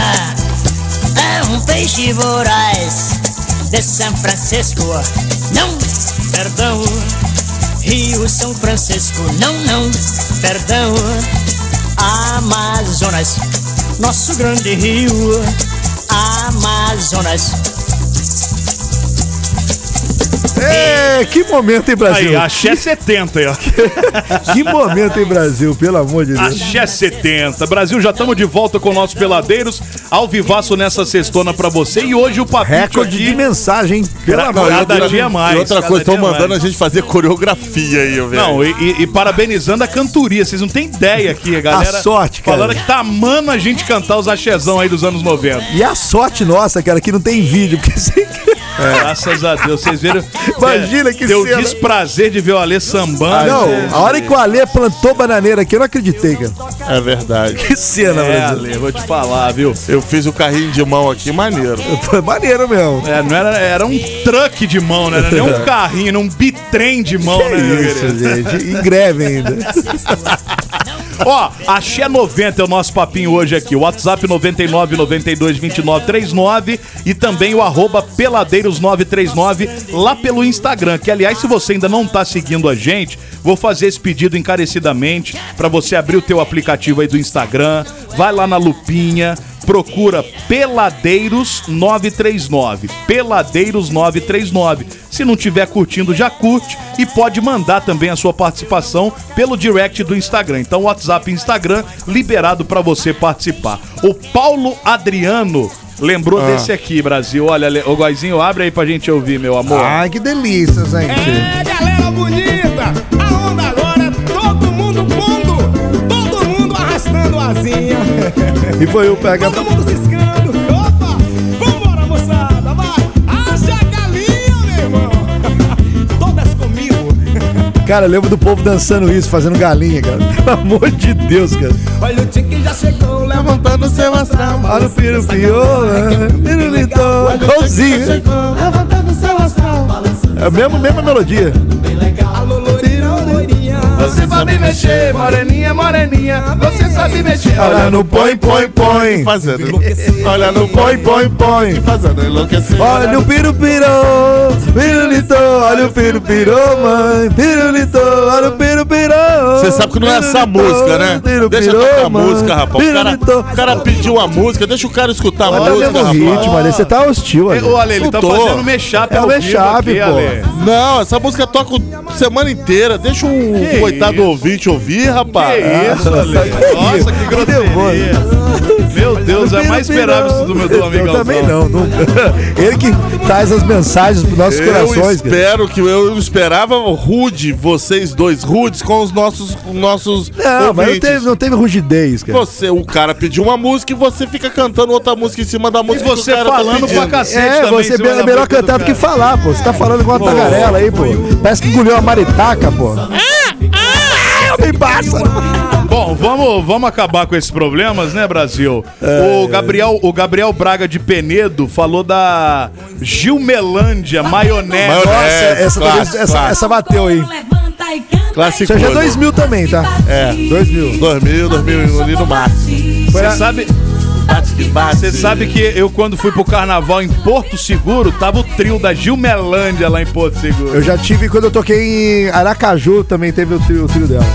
é um peixe voraz de São Francisco. Não, perdão. Rio São Francisco. Não, não, perdão. Amazonas, nosso grande rio. Amazonas. É, que momento em Brasil. Aí, Axé setenta aí, ó. Que momento em Brasil, pelo amor de Deus. Axé setenta. Brasil, já estamos de volta com nossos peladeiros. Ao vivaço nessa sextona pra você. E hoje o papinho Recorde aqui... de mensagem, hein? Pelo amor, cada outra, dia mais. E outra cada coisa, estão dia mandando mais. a gente fazer coreografia aí, velho. Não, e, e, e parabenizando a cantoria. Vocês não têm ideia aqui, a galera. A sorte, cara. Falando que tá amando a gente cantar os axézão aí dos anos noventa. E a sorte nossa, cara, que não tem vídeo, porque você... É. Graças a Deus, vocês viram. Imagina é, que deu cena. desprazer de ver o Alê sambando. Não, gente. a hora que o Alê plantou bananeira aqui, eu não acreditei, cara. É verdade. Que cena, É, Brasil. Alê, vou te falar, viu? Eu fiz o carrinho de mão aqui, maneiro. Foi maneiro mesmo. É, não era, era um truck de mão, né? Não era nem um carrinho, era um bitrem de mão, Que né, meu isso, querido? gente. Em greve ainda. Ó, Axé noventa é o nosso papinho hoje aqui. O WhatsApp noventa e nove, noventa e dois, vinte e nove, trinta e nove e também o arroba peladeiros nove três nove lá pelo Instagram. Que, aliás, se você ainda não tá seguindo a gente, vou fazer esse pedido encarecidamente pra você abrir o teu aplicativo aí do Instagram. Vai lá na lupinha, procura Peladeiros nove três nove. Peladeiros nove três nove. Se não tiver curtindo, já curte e pode mandar também a sua participação pelo direct do Instagram. Então, o WhatsApp e Instagram liberado pra você participar. O Paulo Adriano lembrou Ah. desse aqui, Brasil. Olha, o Goizinho, abre aí pra gente ouvir, meu amor. Ai, que delícia, gente. É, galera bonita, a onda agora é todo mundo pondo, todo mundo arrastando a asinha. E foi o pega. Todo mundo ciscando. Opa, vambora, moçada, vai. Haja galinha, meu irmão. Todas comigo. Cara, eu lembro do povo dançando isso, fazendo galinha, cara. Pelo amor de Deus, cara. Olha o tique já chegou, levantando seu astral. Olha o piro pior, pirulito, golzinho. Levantando seu astral. É a mesma, mesma melodia. Alô, loirinha, loirinha. Você sabe mexer, moreninha, moreninha. Você sabe mexer. Olha no põe, põe, põe. Fazendo. Olha no Põe, põe, põe. Fazendo enlouquecer. Olha o piru pirou, pirulito, olha o piru pirou, mãe, pirulito, olha o piru pirou. Você sabe que não é essa música, né? Deixa tocar a música, rapaz. O cara, o cara pediu a música, deixa o cara escutar a Olha o música, mesmo rapaz. ritmo, Ale, você tá hostil, Ale. Ô, Ale, ele Não tá tô. fazendo mexap É o ao vivo mexap, aqui, pô. Ale. Não, essa música toca semana inteira. Deixa o Que coitado isso? ouvinte ouvir, rapaz. Que isso, Ale? Nossa, que grosseria. Meu Deus, é mais esperável isso do meu do Eu amigão. também não, nunca. Ele que traz as mensagens pros nossos Eu corações, cara. espero que eu esperava rude, vocês dois rudes com os nossos, nossos Não, mas não ouvintes. teve, não teve rugidez, cara. Você, o cara pediu uma música e você fica cantando outra música em cima da música. você que o cara falando tá pra pedindo. cacete. É, também, você em cima é da melhor música do cantar do que cara. falar, pô. Você tá falando igual uma tagarela aí, pô. Parece que engoliu uma maritaca, pô. Me passa. Bom, vamos, vamos acabar com esses problemas, né, Brasil? o, Gabriel, o Gabriel Braga de Penedo falou da Gilmelândia Maionese. Maionese. Nossa, essa, clássico, essa, essa, clássico. essa bateu aí. Clássico. Isso aí já é dois mil também, tá? É. dois mil. dois mil, dois mil ali no máximo. Você sabe, você sabe que eu, quando fui pro carnaval em Porto Seguro, tava o trio da Gilmelândia lá em Porto Seguro. Eu já tive, quando eu toquei em Aracaju, também teve o trio, o trio dela.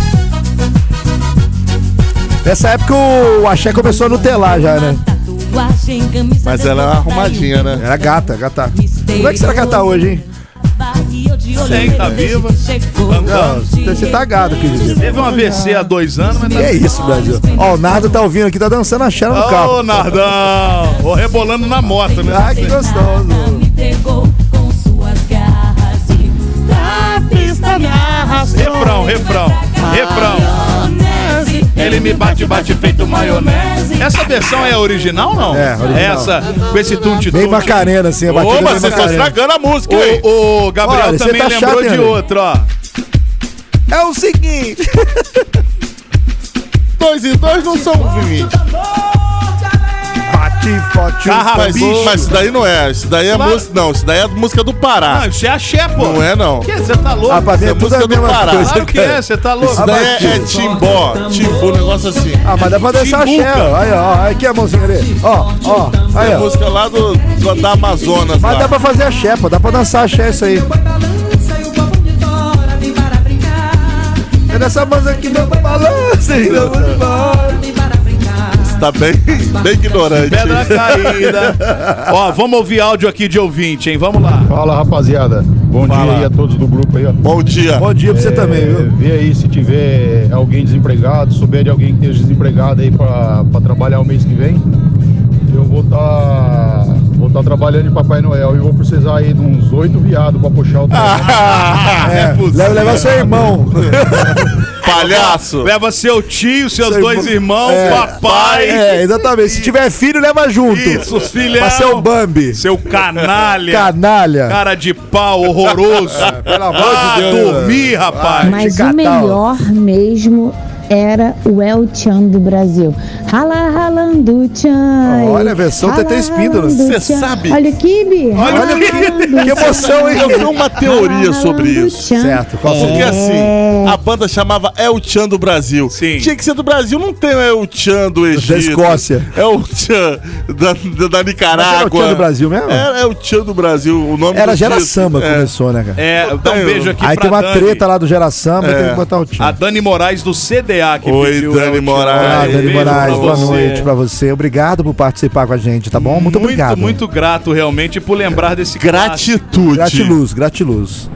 Nessa época o Axé começou a nutelar já, né? Mas ela é arrumadinha, né? Era gata, gata. Como é que será que ela tá hoje, hein? Sei, tá viva. Não, você tá gado, querido. Teve um A V C há dois anos, mas Que tá... é isso, Brasil? Ó, o Nardo tá ouvindo aqui, tá dançando a Xera no carro. Ô, Nardão! Ô, rebolando na moto, né? Ai, que gostoso. Refrão, refrão, refrão. Ele me bate, bate feito maionese. Essa versão é original ou não? É, original. Essa, com esse tunte Bem Macarena, assim, a batida Ô, bem mas vocês estão Macarena. estragando a música, hein? O, o Gabriel Olha, você também tá lembrou chato, de hein, Ale? outro, ó. É o seguinte. Dois e dois não são vinte. Bate, forte, Mas, mas isso daí não é. Isso daí é Claro. música. Não, isso daí é a música do Pará. Não, isso é axé, pô. Não é, não. Que? Você tá louco? Ah, pra mim Isso é é tudo a música do mesma Pará. coisa, Claro que cara. é, você tá louco. Isso daí é, é timbó, timbu, um negócio assim. Ah, mas dá pra dançar axé, ó. Aí, ó. Aqui a mãozinha ali. Ó, ó. Aí, É ó. música lá do, do- da Amazonas. Mas lá. dá pra fazer axé, pô. Dá pra dançar axé isso aí. É dessa música aqui, meu balanço. tá bem, bem ignorante. Pedra caída. Ó, vamos ouvir áudio aqui de ouvinte, hein? Vamos lá. Fala, rapaziada. Bom Fala. dia aí a todos do grupo aí, ó. Bom dia. Bom dia pra você É, também, viu? Vê aí se tiver alguém desempregado, souber de alguém que esteja desempregado aí pra, pra trabalhar o mês que vem. Eu vou estar vou tá trabalhando de Papai Noel e vou precisar aí de uns oito viados pra puxar o trem. É, leva, leva seu irmão. Palhaço. Leva seu tio, seus Seu dois irmão. irmãos, É. papai. É, exatamente. Se tiver filho, leva junto. Isso, os filhão. Pra ser o Bambi. Seu canalha. Canalha. Cara de pau horroroso. Pelo amor ah, de Deus. dormir, rapaz. Mas de o catal. melhor mesmo era o El Chan do Brasil. Rala, ralando, Chan. Olha a versão Rala, T T Espíndola. ralando, Cê Chan. sabe- Olha o Kibe. Olha Rala, o Kibe. ralando, Que emoção, hein? Eu tenho uma teoria Rala, sobre ralando, isso. Chan. Certo, qual Porque foi? assim, a banda chamava El Chan do Brasil. Sim. Tinha que ser do Brasil, não tem o El Chan do Egito. Da Escócia. É o Chan da, da, da Nicarágua. Mas era o Chan do Brasil mesmo? É, é o Chan do Brasil, o nome Era do Gera disco. Samba, É. começou, né, cara? É, dá um tenho- beijo aqui Aí pra tem uma Dani. treta lá do Gera Samba, É. tem que botar o time. A Dani Moraes do C D A que Oi, pediu. Dani El Chan. Moraes. Ah, Dani Beijo Moraes, pra boa você. noite pra você. Obrigado por participar com a gente, tá bom? Muito obrigado. Muito grato, realmente, por lembrar desse Gratitude. Gratiluz, gratiluz.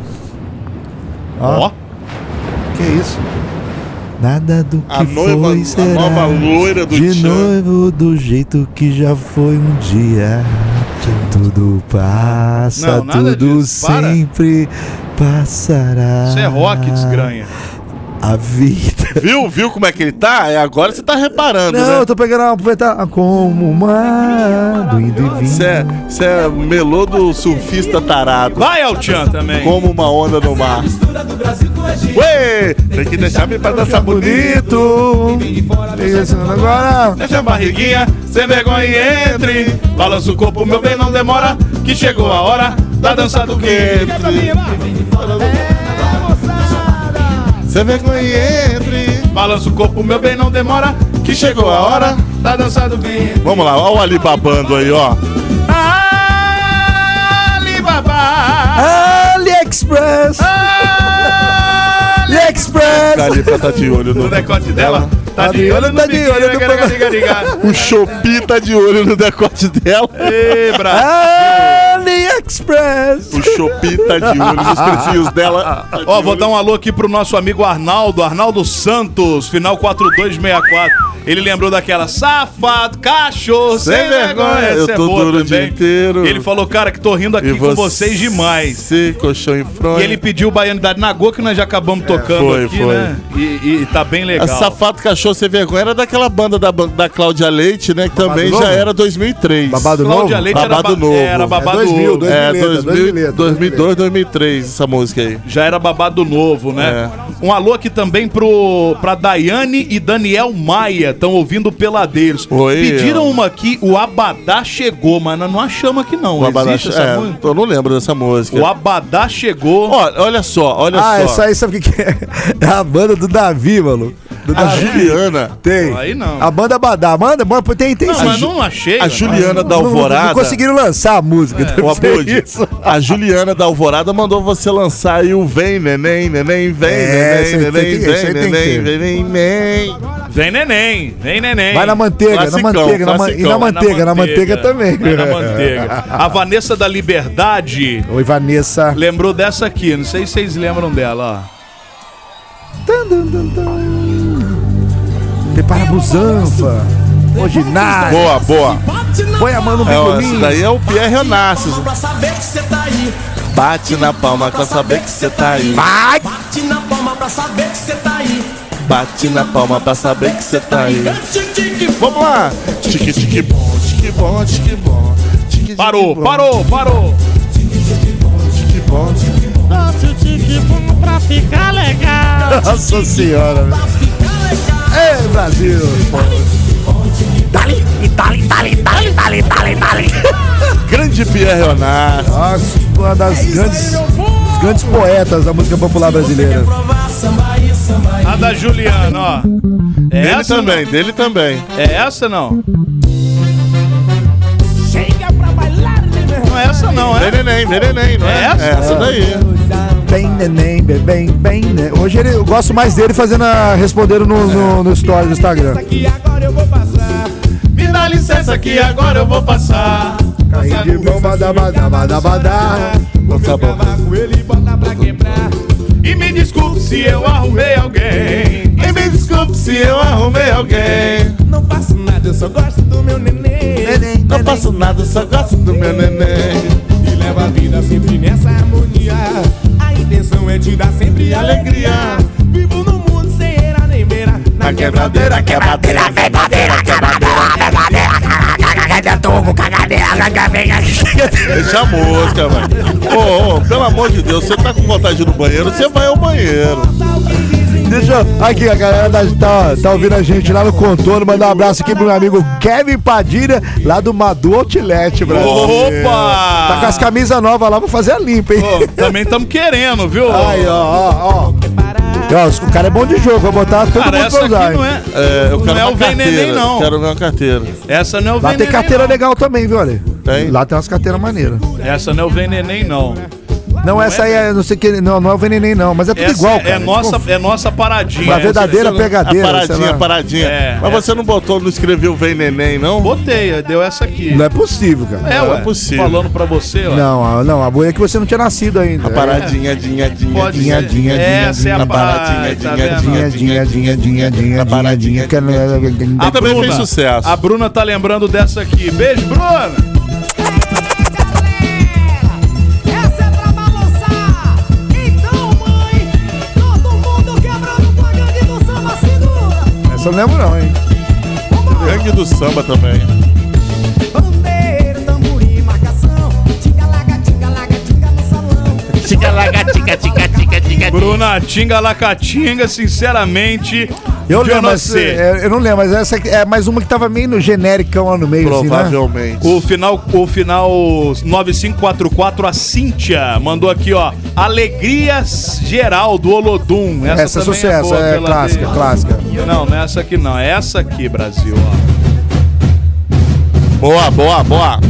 Ó, Ó, que isso? Nada do que A noiva, foi a será. nova loira do De Chan. noivo do jeito que já foi um dia. Tudo passa, Não, nada tudo disso. Para. sempre passará. isso é rock, desgranha. A vida. Viu? Viu como é que ele tá? É agora você tá reparando, Não, né? eu tô pegando uma aproveitar como o mar do indo e vindo. Isso é, isso é melô do surfista tarado. Vai, El Chan, também. Como uma onda no mar. Ué, tem que deixar me pra dançar bonito. Isso, agora. Deixa a barriguinha, sem vergonha e entre. Balança o corpo, meu bem, não demora. Que chegou a hora da dança do quê? Sem vergonha e entre. Balança o corpo, meu bem, não demora. Que chegou a hora da dança do quê? Vamos lá, olha o Ali babando aí, ó. Alibaba. AliExpress. AliExpress. Califa tá de olho no, No decote dela? Tá de de olho olho, no tá de biquíni, olho no liga, liga, liga, liga. O Shopee tá de olho no decote dela. Ê, Brasil. AliExpress. O Shopee tá de olho nos precinhos dela. Tá de Ó, vou olho. dar um alô aqui pro nosso amigo Arnaldo, Arnaldo Santos, final quatro dois seis quatro. Ele lembrou daquela safado, cachorro, sem, Sem vergonha. vergonha. Eu Essa é tô boa duro o dia também. inteiro. Ele falou, cara, que tô rindo aqui com vocês demais. Você, colchão em fronte. E ele pediu Baianidade na Go, que nós já acabamos tocando foi, aqui, foi. né? E, e- e tá bem legal. A Safado Cachorro Sem Vergonha era daquela banda da, da Cláudia Leite, né? Que Babado também Novo? já era dois mil e três. Babado Cláudia Novo? Leite Babado era, ba- Novo. era babado É dois mil, dois mil. É, letra, dois mil, letra, dois mil e dois, dois mil e três, essa música aí. Já era babado novo, né? Um alô aqui também pro, pra Daiane e Daniel Maia, estão ouvindo Peladeiros. Oi, Pediram ó. uma aqui, o Abadá chegou, mas nós não achamos aqui não. O Abadá, Existe essa é, música? eu não lembro dessa música. O Abadá chegou. Olha, olha só, olha Ah, só. essa aí sabe o que, que é? É a banda do Davi, mano. Do A Davi. Juliana. Tem. Aí não. A banda Badá. Manda, manda, tem, tem Não, sim. mas não achei. A mano. Juliana da Não- não- Alvorada. Não conseguiram lançar a música. deve Ô, ser Abud, isso. a Juliana da Alvorada mandou você lançar aí o Vem, Neném, Neném, Vem, É, esse Neném, aí tem Neném, que- esse aí Vem, tem que Neném, ter. Vem, Neném. Vem neném, vem neném. Vai na manteiga, Classicão, na manteiga, na ma- e classicão. na Vai na manteiga, na manteiga também. Vai na manteiga. A Vanessa da Liberdade Oi, Vanessa. lembrou dessa aqui, não sei se vocês lembram dela, ó. Prepara a busanfa. O ginásio. Boa, boa. Põe a mão no É, ó, esse bigolinho. daí é o Pierre Onassis. Pra saber que cê tá aí. Bate na palma pra saber que você tá aí. Vai! Bate na palma pra saber que cê tá aí. Bate na palma pra saber que você tá aí. Tique, tique, Vamos lá. Tique, tique, bom, tique, bom, tique, bom. Tique, tique, Parou, bom, parou, parou. tique, bom, tique, bom. Nossa, o tique bom pra ficar legal. Nossa senhora. É, Brasil. Dali, dali, dali, dali, dali, dali, dali. Grande Pierre Onassis. Nossa, uma das grandes, dos grandes poetas da música popular brasileira. A da Juliana, ó. É Dele essa também, não? dele também. É essa não? Chega pra bailar, meu Não é essa não, é? Vem neném, vem neném, não é? É essa? Essa daí. Bem, neném, bem, bem, bem, né? Hoje ele, eu gosto mais dele fazendo a, respondendo no, no, no story do Instagram. aqui agora eu vou passar. dá licença que agora eu vou passar. Cair de mão, badá, badá, badá, badá. Vou cavar com ele e botar pra quebrar. E me desculpe se eu arrumei alguém. E me desculpe se eu arrumei alguém. Não faço nada, eu só gosto do meu neném. Não faço nada, eu só gosto do meu neném. E leva a vida sempre nessa harmonia. A intenção é te dar sempre alegria. Vivo no mundo sem era nem beira. Na quebradeira, quebradeira, quebradeira, quebradeira. Deixa a música, velho. Ô, ô, pelo amor de Deus, você tá com vontade de ir no banheiro, você vai ao banheiro. Deixa eu... Aqui, a galera tá, tá, tá ouvindo a gente lá no contorno. Mandar um abraço aqui pro meu amigo Kevin Padilha, lá do Madu Outlet, Brasil. Opa! Tá com as camisas novas lá pra fazer a limpa, hein? Pô, também estamos querendo, viu? Aí, ó, ó, ó. Ó, o cara é bom de jogo, vou botar todo Cara, mundo essa pra usar. aqui não é, É, eu não quero é uma o Vem carteira, Neném, não. Quero ver uma carteira. Essa não é o Lá Vem tem Neném, carteira não. legal também, viu, Ale? Tem? Lá tem umas carteiras maneiras. Essa não é o Vem Neném, não. Não, essa aí é, não sei que, não, não é o veneném não, mas é tudo Essa igual, cara. é nossa, é nossa paradinha. Uma verdadeira Você não- pegadeira, A paradinha, sei lá. paradinha. É, Mas essa- você não botou, não escreveu Vem Neném, não? Botei, deu essa aqui. Não é possível, cara. É, não ué, é possível. falando pra você, ó. Não, a- não, a boia é que você não tinha nascido ainda. A paradinha, dinha, dinha, Pode dinha, ser. dinha, Essa é a dinha, paradinha, tá dinha, vendo? dinha, dinha, dinha, dinha, dinha, paradinha. A E também fez sucesso. A Bruna tá lembrando dessa aqui. Beijo, Bruna! Essa é pra balançar. Então, mãe, todo mundo quebrando com a gangue do samba, segura. Essa eu não lembro não, hein? Gangue do samba também. Bandeira, tamborim, marcação. Tica, laga, tica, laga, tica no salão. Tica, laga, tica, tica, tica, tica. Bruna, tinga lacatinga, sinceramente. Eu eu lembro, não mas, sei. é, eu não lembro, mas essa aqui é mais uma que tava meio no genericão lá no meio, assim, né? Provavelmente. O final, o final nove cinco quatro quatro, a Cíntia mandou aqui, ó. Alegrias Geral do Olodum. Essa, Essa é também sucesso, boa, é pela clássica, dele. clássica. Não, não é essa aqui não, é essa aqui, Brasil, ó. Boa, boa, boa.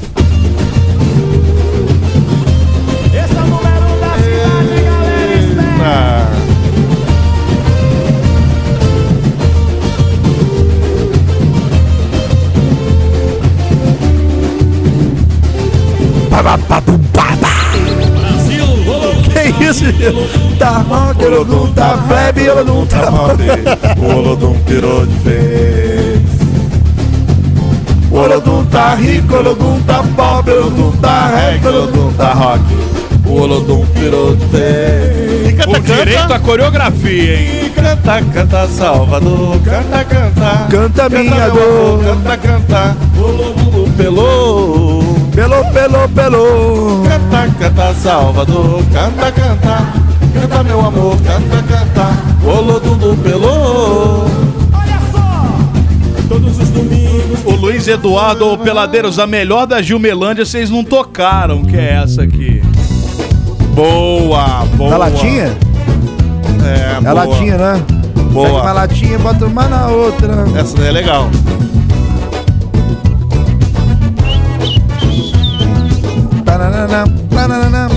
Esse é o número da cidade, galera. Espera. Ah. Que isso, gente? Tá mal, que eu não tá plebe, eu não tá mal. O Olodum pirou de vez. O Olodum tá rico, o Olodum tá pobre, o Olodum tá reggae, o Olodum tá rock. O Olodum pirou de vez. E canta, O direito à coreografia, hein? Canta, canta, Salvador. Canta, canta. Canta minha meu dor. amor, Canta, canta. O Olodum pelou. Pelô, pelô, pelô. Canta, canta, Salvador. Canta, canta. Canta, meu amor. Canta, canta. O Olodum pelou. Olha só. Todos os domingos. O Luiz Eduardo, ô Peladeiros, a melhor da Gilmelândia vocês não tocaram, que é essa aqui. Boa, boa. Na latinha? É, Na boa. latinha, né? Boa. Pega uma latinha, bota uma na outra. Essa daí é legal. Pananana, pananana.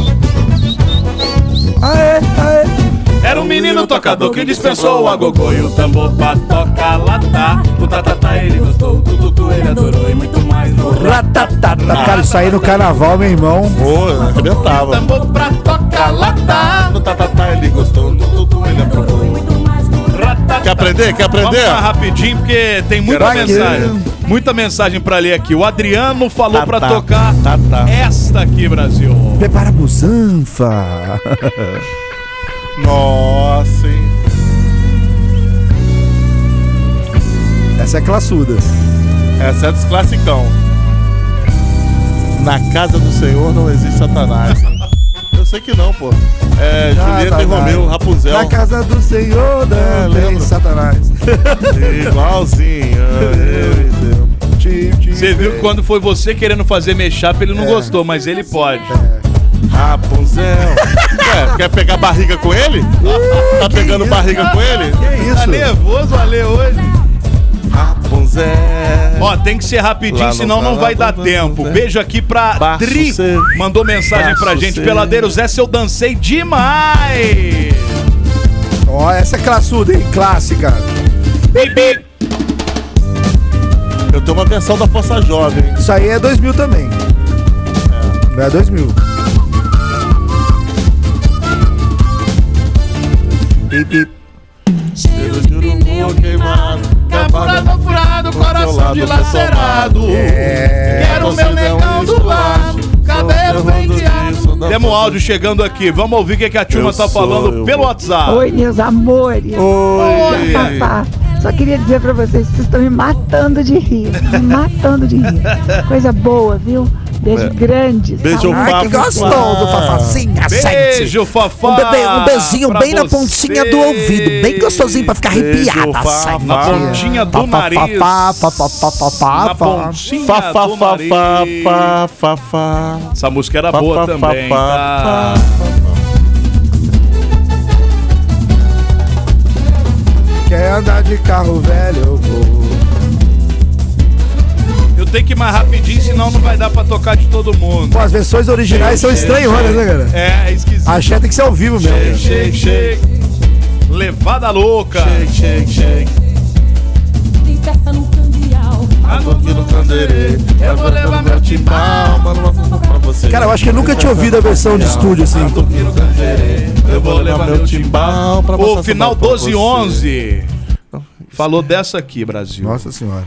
Aê, aê. Era um menino tocador que dispensou o agogô e o tambor pra tocar latá. O tatatá ele gostou, o tututu ele adorou e muito mais. Ratatata. Cara, isso aí no carnaval, meu irmão. Pô, O arrebentava. tambor pra tocar latá. No tatatá ele gostou, no tutu ele aprovou. Quer aprender? Quer aprender? Vamos lá rapidinho, porque tem muita Será que- mensagem. Muita mensagem pra ler aqui. O Adriano falou Tá, pra tá. tocar Tá, tá. esta aqui, Brasil. Prepara a busanfa. Nossa, hein? Essa é classuda. Essa é dos classicão. Na casa do Senhor não existe Satanás. Eu sei que não, pô. É Julieta e Romeu, Rapunzel. Na casa do Senhor não É, tem lembro. Satanás. Igualzinho. eu e Deus. Você viu que quando foi você querendo fazer mashup, ele não gostou, mas ele pode. Rapunzel. Ué, quer pegar barriga com ele? Tá pegando barriga com ele? Que Tá isso? nervoso, Ale, hoje? Rapunzel. Ó, tem que ser rapidinho, Lá no senão não vai dar tempo. Beijo aqui pra Baço Dri. cê. Mandou mensagem pra Baço gente. cê. Peladeiros, essa eu dancei demais. Ó, essa é classuda, hein? Clássica. Bibi. Eu tenho uma versão da Força Jovem. Isso aí é dois mil também. É. Não é dois mil. Pip, pip. Cheiro de urubu queimado, carburador furado, coração dilacerado. É. Quero meu negão do lado, cabelo penteado. Temos áudio chegando aqui. Vamos ouvir o que, que a turma Eu tá sou, falando eu pelo vou. WhatsApp. Oi, meus amores. Oi. Papá. Só queria dizer pra vocês que vocês estão me matando de rir. Me matando de rir. Coisa boa, viu? Beijo É. grande. Beijo, saúde. Ai, que gostoso, Fafazinha. Beijo, Fafá. Um, bebê, um beijinho pra bem na você. pontinha do ouvido. Bem gostosinho pra ficar Beijo, arrepiada. Fafá. Na pontinha do nariz. Fá, fá, fá, fá, fá, fá, Na fá. pontinha Fá, fá, do fá, nariz. fá, fá, fá, fá. Essa música era Fá, boa fá, também, fá, tá? Quer andar de carro velho, eu vou. Eu tenho que ir mais rapidinho, senão não vai dar pra tocar de todo mundo. Pô, as versões originais são estranhonas, né, cara? É, é esquisito. A Xé tem que ser ao vivo mesmo. cara. Shake, shake. Levada louca. Shake, shake, shake. Tem festa no candeal. Tô aqui no Canderê. Eu vou levar meu timbal, mano, uma samba pra você. Cara, eu acho que eu nunca tinha ouvido a versão de estúdio assim. Tô aqui no Canderê. Eu vou levar meu timbal pra O você. final doze e onze. Falou dessa aqui, Brasil. Nossa senhora.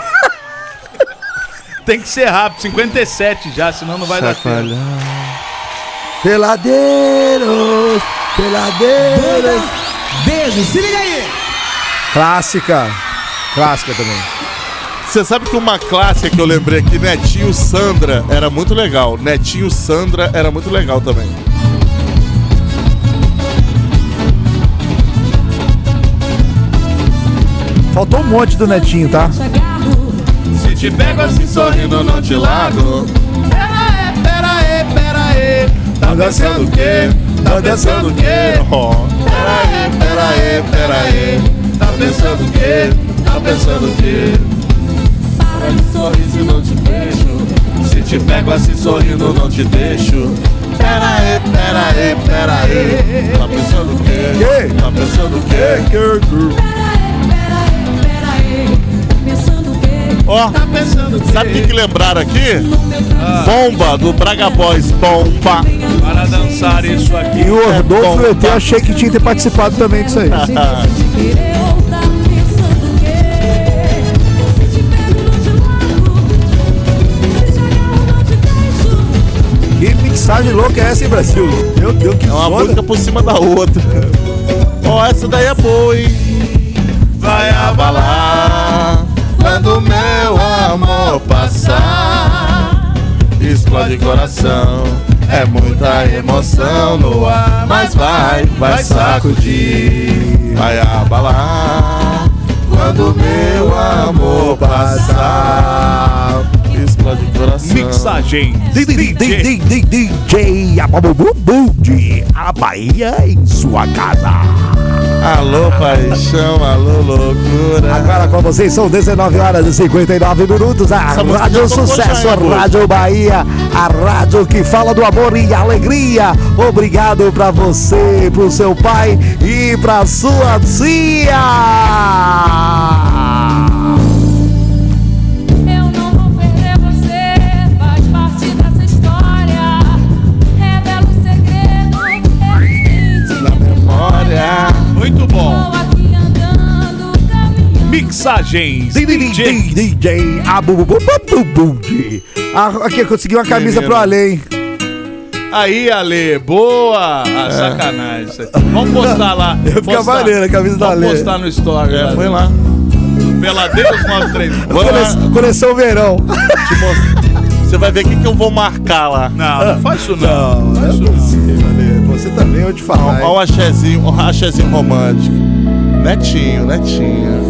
Tem que ser rápido, cinquenta e sete já, senão não vai dar tempo. Peladeiros, peladeiros. Beijo, se liga aí. Clássica. Clássica também. Você sabe que uma clássica que eu lembrei aqui, Netinho Sandra, era muito legal. Netinho Sandra era muito legal também. Faltou um monte do Netinho, tá? Se te pego assim sorrindo, não te largo. Pera aí, pera aí, pera aí. Tá dançando o quê? Tá dançando o quê? Oh. Pera aí, pera aí, pera aí. Tá pensando o quê? Tá pensando o quê? Para de sorrir se não te deixo. Se te pego assim sorrindo, não te deixo. Pera aí, pera aí, pera aí. Tá pensando o quê? Que? Tá pensando o quê? Ó, sabe o que, que lembraram aqui? Bomba do Braga Boys, bomba. Para dançar isso aqui. E o Rodolfo, eu até achei que tinha que ter participado também disso aí. Que mixagem louca é essa, hein, Brasil? Meu Deus, que É uma zona. música por cima da outra. Ó, essa daí é boa, hein? Vai abalar quando meu amor passar. Explode coração, é muita emoção no ar. Mas vai, vai sacudir. Vai abalar quando meu amor passar. Explode coração. Mixagem. D J Ababububudi, a Bahia em sua casa. Alô, paixão, alô, loucura. Agora com vocês são dezenove horas e cinquenta e nove minutos. A Essa música Rádio já tocou Sucesso, já, a hein, Rádio Bahia, a rádio que fala do amor e alegria. Obrigado pra você, pro seu pai e pra sua tia. Eu não vou perder você, faz parte dessa história. Revela o segredo, resistente na memória. Muito bom. Tô aqui andando, caminhando. Mixagens. D J Abubububudi. Ah, aqui, eu consegui uma camisa pro Ale, hein? Aí, Ale, boa! Ah, sacanagem. Isso aí. Vamos postar lá. Eu fico Postar. maneiro a camisa da Ale. Vamos postar no story. É, lá. põe lá. Peladeiros nove três. Cole- Coleção Verão. Te mostro. Você vai ver o que, que eu vou marcar lá. Não, não faz isso não. Não, não é possível, Ale. Você também, eu te falar. Olha o achezinho, o achezinho romântico. Netinho, netinho.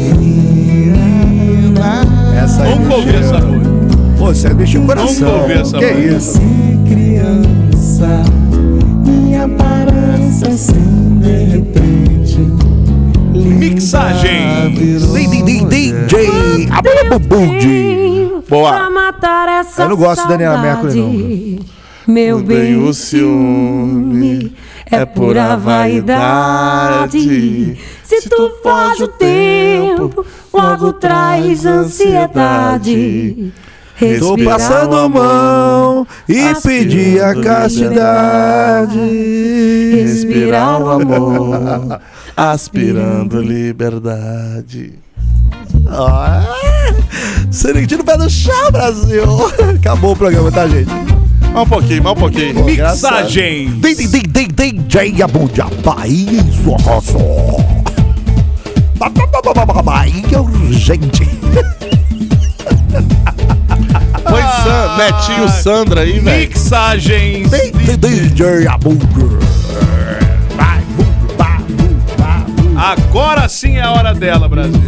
Essa aí Vamos ouvir mexeu. essa música. Pô, você mexeu o coração. Vamos ouvir essa Que música. isso? Criança, minha parança assim de repente. Mixagens. D J Abububudi. Boa. Pra matar essa Eu não gosto de Daniela Mercury, saudade. Meu Bem bem, o ciúme. é pura vaidade. Se tu foge o tempo, logo traz ansiedade. Tô passando a mão e pedi a castidade. Respirar o amor, aspirando liberdade. Ah, Seringuinho no pé do chão, Brasil. Acabou o programa, tá, gente? Mais um pouquinho, mais um pouquinho. Mixagem. D J Abundia, Bahia, Sorroso. Bahia urgente. Põe San, Netinho Sandra aí, velho. Mixagens. D J Abundia. Agora sim é a hora dela, Brasil.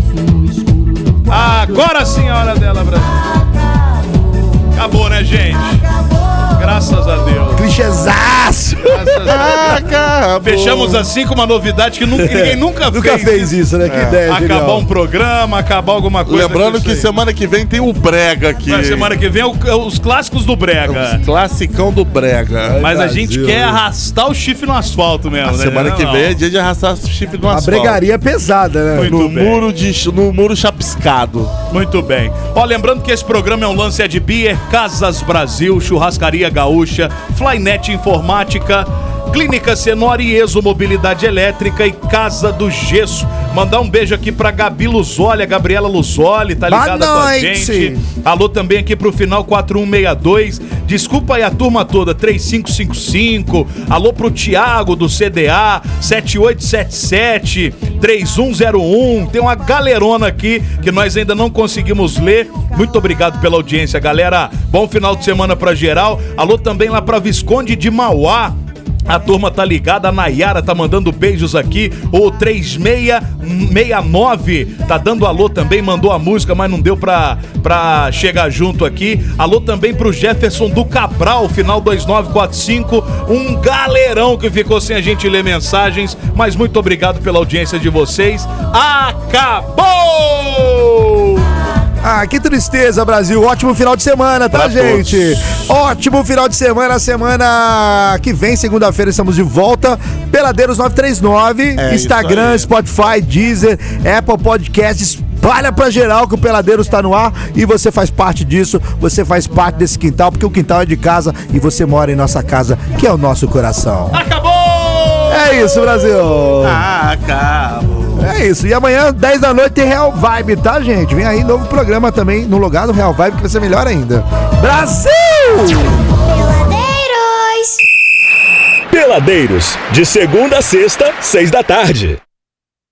Agora sim é a hora dela, Brasil. Acabou, né, gente? Graças a Deus. Clichêzaço. Graças a Deus. Fechamos assim com uma novidade que nunca, ninguém nunca fez. Nunca fez isso, né? Que É. ideia Acabar genial. um programa, acabar alguma coisa. Lembrando que isso aí. semana que vem tem o Brega aqui. Mas semana que vem é o- é os clássicos do Brega. Os classicão do Brega. Mas a Brasil. gente quer arrastar o chifre no asfalto mesmo, A né? semana Não, que não. vem é dia de arrastar o chifre no A asfalto. bregaria é pesada, né? Muito No bem. muro, de, no muro chapiscado. Muito bem. Ó, lembrando que esse programa é um lance Ed Beer, Casas Brasil, Churrascaria Gaúcha, Flynet Informática, Clínica Senori e Exo Mobilidade Elétrica e Casa do Gesso. Mandar um beijo aqui pra Gabi Luzoli, a Gabriela Luzoli, tá Boa ligada com a noite. gente. Alô também aqui pro final quatro um seis dois. Desculpa aí a turma toda, três cinco cinco cinco. Alô pro Thiago do C D A, sete oito sete sete, três um zero um. Tem uma galerona aqui que nós ainda não conseguimos ler. Muito obrigado pela audiência, galera. Bom final de semana pra geral. Alô também lá pra Visconde de Mauá. A turma tá ligada, a Nayara tá mandando beijos aqui. O três seis seis nove tá dando alô também, mandou a música, mas não deu pra, pra chegar junto aqui. Alô também pro Jefferson do Cabral, final dois nove quatro cinco. Um galerão que ficou sem a gente ler mensagens, mas muito obrigado pela audiência de vocês. Acabou! Ah, que tristeza, Brasil. Ótimo final de semana, tá, Pra gente? todos. Ótimo final de semana. Semana que vem, segunda-feira, estamos de volta. Peladeiros nove três nove. É Instagram, isso aí. Spotify, Deezer, Apple Podcasts. Espalha pra geral que o Peladeiros tá no ar e você faz parte disso. Você faz parte desse quintal, porque o quintal é de casa e você mora em nossa casa, que é o nosso coração. Acabou! É isso, Brasil. Acabou. É isso. E amanhã, dez da noite, tem Real Vibe, tá, gente? Vem aí novo programa também no lugar do Real Vibe, que vai ser melhor ainda. Brasil! Peladeiros, de segunda a sexta, seis da tarde.